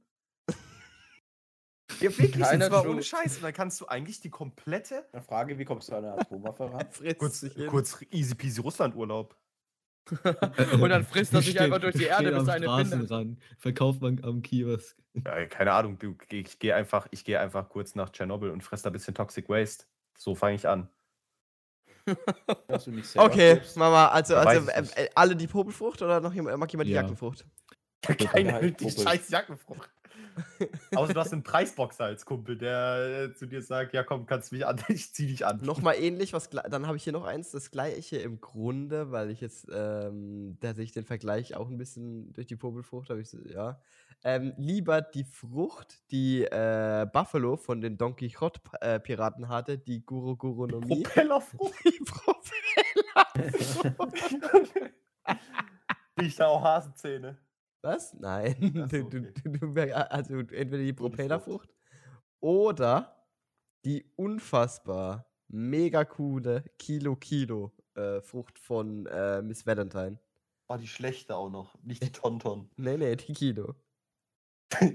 Ja, wirklich, Keiner das war tut. ohne Scheiß. Und dann kannst du eigentlich die komplette, Eine Frage, wie kommst du an eine Atomwaffe ran? Frisst kurz, sich hin. kurz easy peasy Russland-Urlaub. Und dann frisst er sich einfach durch die Erde, bis er eine findet. Straßenrand. Verkauft man am Kiosk. Ja, keine Ahnung, ich gehe einfach kurz nach Tschernobyl und fress da ein bisschen Toxic Waste. So fange ich an. Dass du nicht selber Okay, stirbst. Mama, also Weiß ich nicht. alle die Popelfrucht oder mag jemand die Ja. Jackenfrucht? Keine halt die Popel. scheiß Jackenfrucht. Außer du hast einen Preisboxer als Kumpel, der zu dir sagt, ja komm, kannst mich an, ich zieh dich an. Nochmal ähnlich, dann habe ich hier noch eins, das gleiche im Grunde, weil ich jetzt, da sehe ich den Vergleich auch ein bisschen durch die Popelfrucht, habe ich so, ja. Lieber die Frucht, die Buffalo von den Don Quixote-Piraten hatte, die Guru Guru no Mi. Propellerfrucht. Die Propellerfrucht. Riecht da auch Hasenzähne. Was? Nein. Ach so, okay. Also entweder die Propellerfrucht oder die unfassbar mega coole Kilo Frucht von Miss Valentine. Oh, die schlechte auch noch, nicht die Tonton. Nee, die Kilo. Die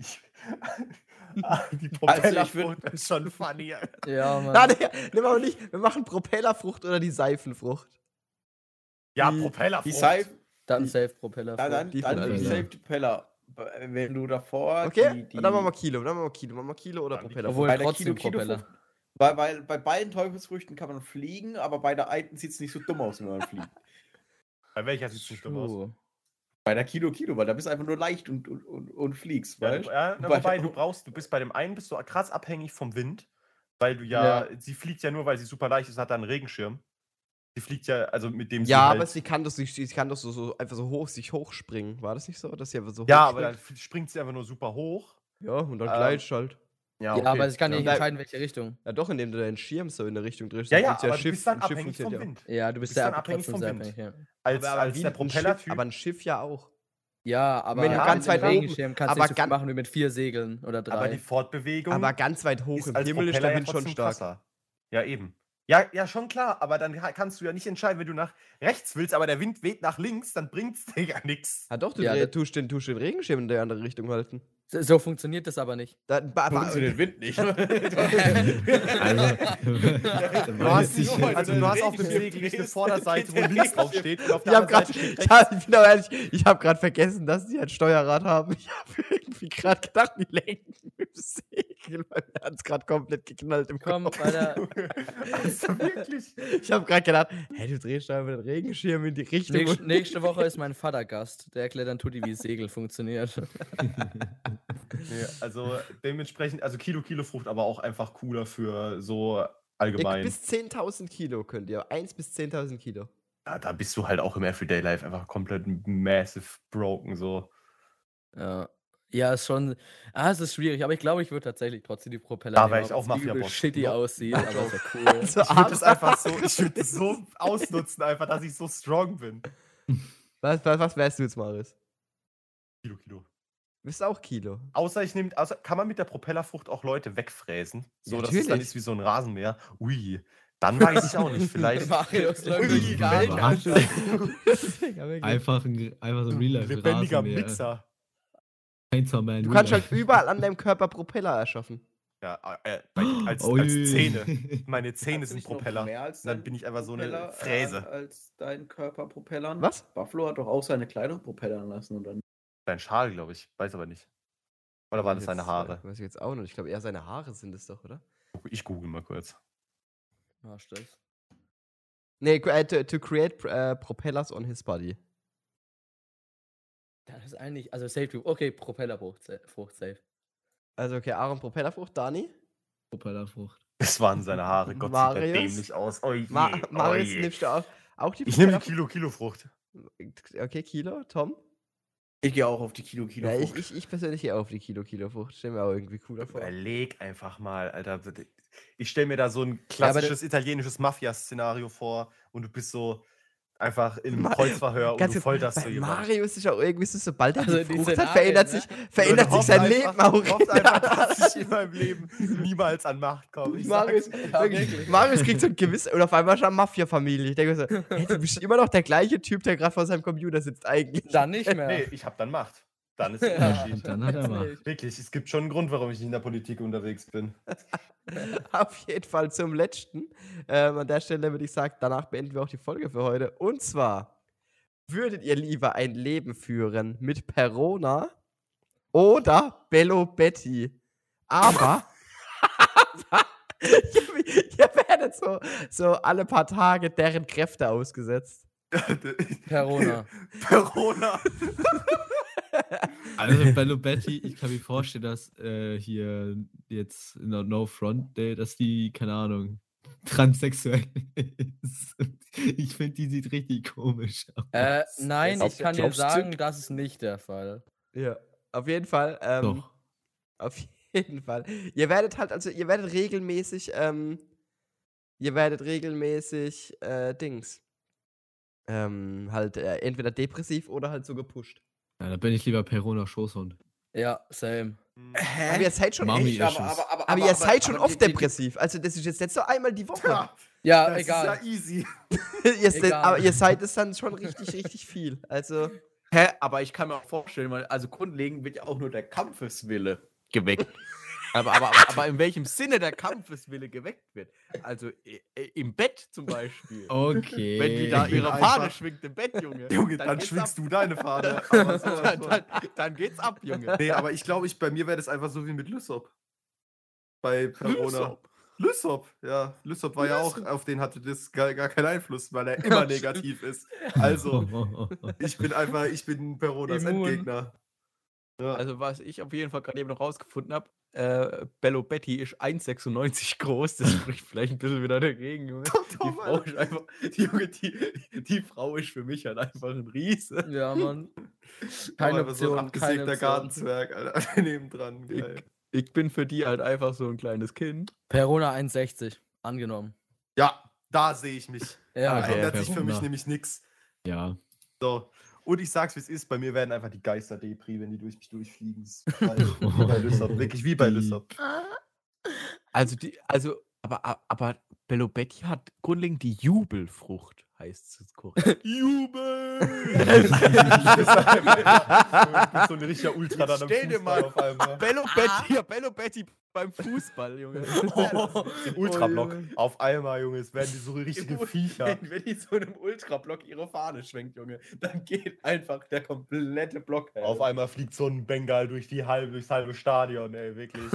Also ich Propellerfrucht ist schon funny. Ja, Mann. Nein, nehmen wir aber nicht. Wir machen Propellerfrucht oder die Seifenfrucht. Ja, Die- Propellerfrucht. Die Seife, Dann Safe Propeller. dann die die von Alter. Safe Propeller. Wenn du davor Okay? die Und dann machen wir Kilo. Machen wir Kilo oder Dann die- Propellerfrucht. Obwohl bei der trotzdem Kilo Propeller. Frucht, weil bei beiden Teufelsfrüchten kann man fliegen, aber bei der einen sieht es nicht so dumm aus, wenn man fliegt. Bei welcher sieht es nicht dumm aus? True. Bei der Kilo, weil da bist du einfach nur leicht und fliegst, Ja, weißt wobei du bist bei dem einen bist du krass abhängig vom Wind, weil du sie fliegt ja nur, weil sie super leicht ist und hat da einen Regenschirm. Sie fliegt ja, also mit dem Ja, halt, aber sie kann doch so einfach so hochspringen. War das nicht so? Dass sie einfach so ja, aber hochspringt? dann springt sie einfach nur super hoch. Ja, und dann gleitst halt. Ja, aber ich kann nicht Ja. entscheiden, welche Richtung. Ja, doch, indem du deinen Schirm so in eine Richtung drehst. Ja, dann ja, fliegt's aber du bist dann ein Schiff abhängig vom funktioniert ja auch. Wind. Ja, du bist bist dann ja abhängig trotzdem vom sehr Wind. abhängig, ja. Als der Wind, ein Propellertyp. Schiff, aber ein Schiff ja auch. Ja, aber wenn du Ja, ganz mit weit dem oben- Regenschirm kannst du aber nicht so viel ganz- machen wie mit 4 Segeln oder 3. Aber die Fortbewegung Aber ganz weit hoch ist im als Himmel ist Propeller der ja Wind schon trotzdem stark. krasser. Ja, eben. Ja, schon klar, aber dann kannst du ja nicht entscheiden, wenn du nach rechts willst, aber der Wind weht nach links, dann bringt's dir ja nichts. Ja, doch, du Ja, tust den Regenschirm in die andere Richtung halten. So funktioniert das aber nicht. Da, Funktioniert Wind nicht. Also, Du hast auf dem Segel nicht eine Vorderseite, wo links drauf steht und auf der Ich habe anderen gerade, Seite steht ich, rechts. ich bin aber ehrlich, ich habe gerade vergessen, dass die ein Steuerrad haben. Ich habe irgendwie gerade gedacht, die lenken mit dem Segel, weil mir hat es gerade komplett geknallt im Komm, Kopf. Alter. Also wirklich. Ich habe gerade gedacht, hey, du drehst einfach den Regenschirm in die Richtung. Nächste Woche ist mein Vater Gast. Der erklärt dann Tutti, wie Segel funktioniert. Nee, also dementsprechend, also Kilo Frucht, aber auch einfach cooler für so Ihr, allgemein. bis 10.000 Kilo könnt ihr. 1 bis 10.000 Kilo. Da bist du halt auch im Everyday Life einfach komplett massive broken, so. Ja. Ja, ist schon. Es ist schwierig, aber ich glaube, ich würde tatsächlich trotzdem die Propeller Da nehmen, wär ich auch weil's übel Mafia-Boss. shitty No. aussieht, No aber ist ja cool. Also, Ich würde das einfach so, ich würde das so ausnutzen, einfach, dass ich so strong bin. was wärst du jetzt, Marius? Kilo. Du bist auch Kilo. Außer kann man mit der Propellerfrucht auch Leute wegfräsen? So, dass es dann Natürlich. ist wie so ein Rasenmäher. Ui, dann weiß ich auch nicht. Vielleicht. Marius läuft durch die Ui, Garten. Alter. einfach so ein Real-Life. Lebendiger Mixer. Chainsaw Man. Du kannst halt überall an deinem Körper Propeller erschaffen. Ja, als Zähne. Meine Zähne Kannst du sind nicht noch Propeller. mehr als Dann dein bin ich einfach so eine Propeller, Fräse. als dein Körper propellern. Was? Buffalo hat doch auch seine Kleidung propellern lassen. Und dann Dein Schal, glaube ich. Weiß aber nicht. Oder waren das seine Haare? Weiß ich jetzt auch nicht. Ich glaube, eher seine Haare sind es doch, oder? Ich google mal kurz. Ah, stimmt. Nee, to create propellers on his body. Das ist eigentlich, also Safe, okay, Propellerfrucht safe. Also, okay, Aaron Propellerfrucht, Dani. Propellerfrucht. Das waren seine Haare. Gott, sieht der Marius? dämlich aus. Oh je, Marius, oh je. nimmst du auch die Ich nehme die Propellerfrucht? Kilo-Frucht. Okay, Kilo. Tom? ich gehe auch auf die Kilo Ja, Frucht. ich persönlich gehe auf die Kilo-Frucht. Stell mir auch irgendwie cooler vor. Überleg einfach mal, Alter. Ich stelle mir da so ein klassisches italienisches Mafia-Szenario vor und du bist so einfach in einem Kreuzverhör und Ganz du kurz, folterst bei so jemanden. Marius ist auch irgendwie so, sobald er Also die die Frucht hat, Szenarien, verändert ne? sich hofft sein einfach- Leben auch. hofft einfach, dass ich in meinem Leben niemals an Macht komme. Ich Marius, sag's. Ja, wirklich, wirklich. Marius kriegt so ein gewiss und auf einmal schon Mafia-Familie. Ich denke mir so, hey, du bist immer noch der gleiche Typ, der gerade vor seinem Computer sitzt eigentlich. Dann nicht mehr. Nee, ich habe dann Macht. Dann ist der Ja. Unterschied. Und dann hat er Macht. Wirklich, es gibt schon einen Grund, warum ich nicht in der Politik unterwegs bin. Auf jeden Fall zum letzten. An der Stelle würde ich sagen, danach beenden wir auch die Folge für heute. Und zwar, würdet ihr lieber ein Leben führen mit Perona oder Bello Betty? Aber ihr werdet so alle paar Tage deren Kräfte ausgesetzt. Perona. Perona. Also Bello Betty, ich kann mir vorstellen, dass hier jetzt in der No Front Day, dass die, keine Ahnung, transsexuell ist. Ich finde, die sieht richtig komisch aus. Nein, ich kann dir Glaubst du? sagen, das ist nicht der Fall. Ja, auf jeden Fall. Doch. Auf jeden Fall. Ihr werdet halt, also ihr werdet regelmäßig, Dings. Entweder depressiv oder halt so gepusht. Ja, da bin ich lieber Perona Schoßhund. Ja, same. Aber ihr seid schon Mami echt, Issues. aber ihr seid schon oft depressiv. Also das ist jetzt nicht so einmal die Woche. Ja, Das egal. ist ja easy. Egal. Aber ihr seid es dann schon richtig, richtig viel. Also, Hä? Aber ich kann mir auch vorstellen, also grundlegend wird ja auch nur der Kampfeswille geweckt. aber in welchem Sinne der Kampfeswille geweckt wird? Also im Bett zum Beispiel. Okay. Wenn die da ihre Einfach- Fahne schwingt im Bett, Junge. Junge, dann geht's schwingst ab. du deine Fahne. Aber so, Dann geht's ab, Junge. nee, aber ich glaube, bei mir wäre das einfach so wie mit Lysop. Bei Perona. Lysop. Lysop, ja. Lysop war ja auch, auf den hatte das gar keinen Einfluss, weil er immer negativ ist. Also, ich bin Peronas Immun. Endgegner. Ja. Also was ich auf jeden Fall gerade eben noch rausgefunden habe, Bello Betty ist 1,96 groß, das spricht vielleicht ein bisschen wieder dagegen, Junge. Die Frau ist einfach, die Frau ist für mich halt einfach ein Riese. Ja, Mann. Keine Keine Option, so ein Option, keine abgesägter Option. Gartenzwerg, Alter, nebendran. Geil. Ich bin für die halt einfach so ein kleines Kind. Perona 1,60. Angenommen. Ja, da sehe ich mich. Ja, Da ändert sich für mich Verona. nämlich nichts. Ja. So. Und ich sag's, wie es ist. Bei mir werden einfach die Geister Depri, wenn die durch mich durchfliegen. Das ist wie bei Lysop. Wirklich wie bei Lysop. Aber Bello Betty hat grundlegend die Jubelfrucht, heißt es korrekt. Jubel! Du bist so ein richtiger Ultra dann am Stell dir Fußball mal- auf einmal. Bello Betty beim Fußball, Junge. Den Ultrablock. Auf einmal, Junge, es werden die so richtige Viecher. Wenn die so in einem Ultrablock ihre Fahne schwenkt, Junge, dann geht einfach der komplette Block. Auf einmal fliegt so ein Bengal durchs halbe Stadion, ey, wirklich.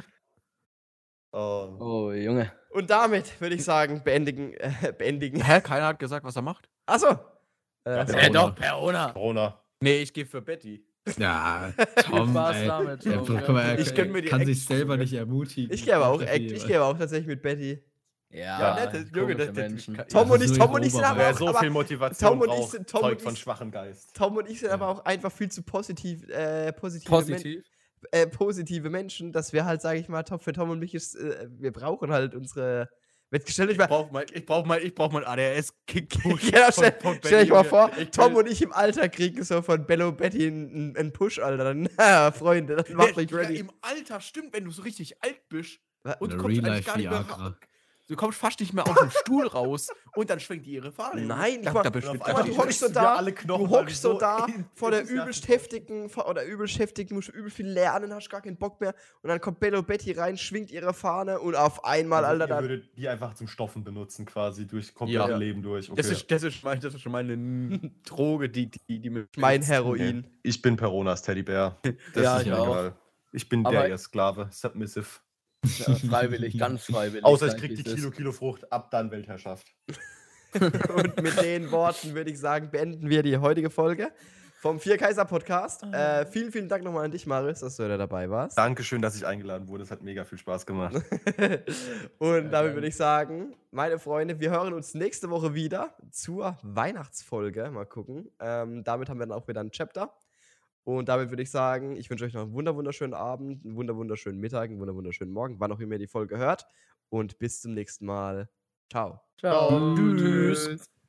Oh. Oh, Junge. Und damit würde ich sagen, beendigen. Hä? Keiner hat gesagt, was er macht? Achso. Ja, Doch, Perona. Corona. Nee, ich gehe für Betty. Ja, Tom, Spaß ey, damit, ja, Tom, guck ja. mal, er Ich gönn mir die kann sich Act- selber nicht ermutigen. Ich gehe aber auch, Betty, ich gehe aber auch tatsächlich mit Betty. Ja, nett, Junge, komische das- Menschen. Tom das und ist ich, so Tom und ich sind Oberweite. aber Wer auch, so aber viel Motivation Tom und ich braucht, sind- Tom zeugt und von ich- schwachen Geist. Tom und ich sind Ja. aber auch einfach viel zu positive Positiv. positive Menschen, dass wir halt, sage ich mal, für Tom und mich ist, wir brauchen halt unsere. Stellt euch mal, Ich brauch mal ADS-Kick. ja, stell euch mal vor, Tom und ich im Alter kriegen so von Bello Betty einen Push, Alter. Dann, Freunde, dann macht euch ready. Im Alter, stimmt, wenn du so richtig alt bist Was? und du Eine kommst eigentlich Real-Life gar nicht mehr Viagra. Du kommst fast nicht mehr aus dem Stuhl raus und dann schwenkt die ihre Fahne. Junge. Nein, ich Da- mach, da guck bestimmt- mal, du die hockst so schwitzen da, ja alle Knochen, du weil hockst du so da vor der enthusiastisch musst übel viel lernen, hast gar keinen Bock mehr und dann kommt Bello Betty rein, schwingt ihre Fahne und auf einmal, Also, Alter, ihr dann. würdet die einfach zum Stoffen benutzen, quasi, durch komplette Ja. Leben durch. Okay. Das ist schon meine Droge, die mir Mein hilft. Heroin. Ich bin Peronas Teddybär. Das Ja, ist ich mir auch. egal. Ich bin Aber- der ihr Sklave, submissive. Ja, freiwillig, ganz freiwillig. Außer ich sag, krieg wie die es ist. Kilo Frucht, ab dann Weltherrschaft. Und mit den Worten würde ich sagen, beenden wir die heutige Folge vom Vier Kaiser Podcast. Vielen, vielen Dank nochmal an dich, Marius, dass du da dabei warst. Dankeschön, dass ich eingeladen wurde. Es hat mega viel Spaß gemacht. Und damit würde ich sagen, meine Freunde, wir hören uns nächste Woche wieder zur Weihnachtsfolge. Mal gucken. Damit haben wir dann auch wieder ein Chapter. Und damit würde ich sagen, ich wünsche euch noch einen wunderschönen Abend, einen wunderschönen Mittag, einen wunderschönen Morgen, wann auch immer ihr die Folge hört. Und bis zum nächsten Mal. Ciao. Ciao. Tschüss.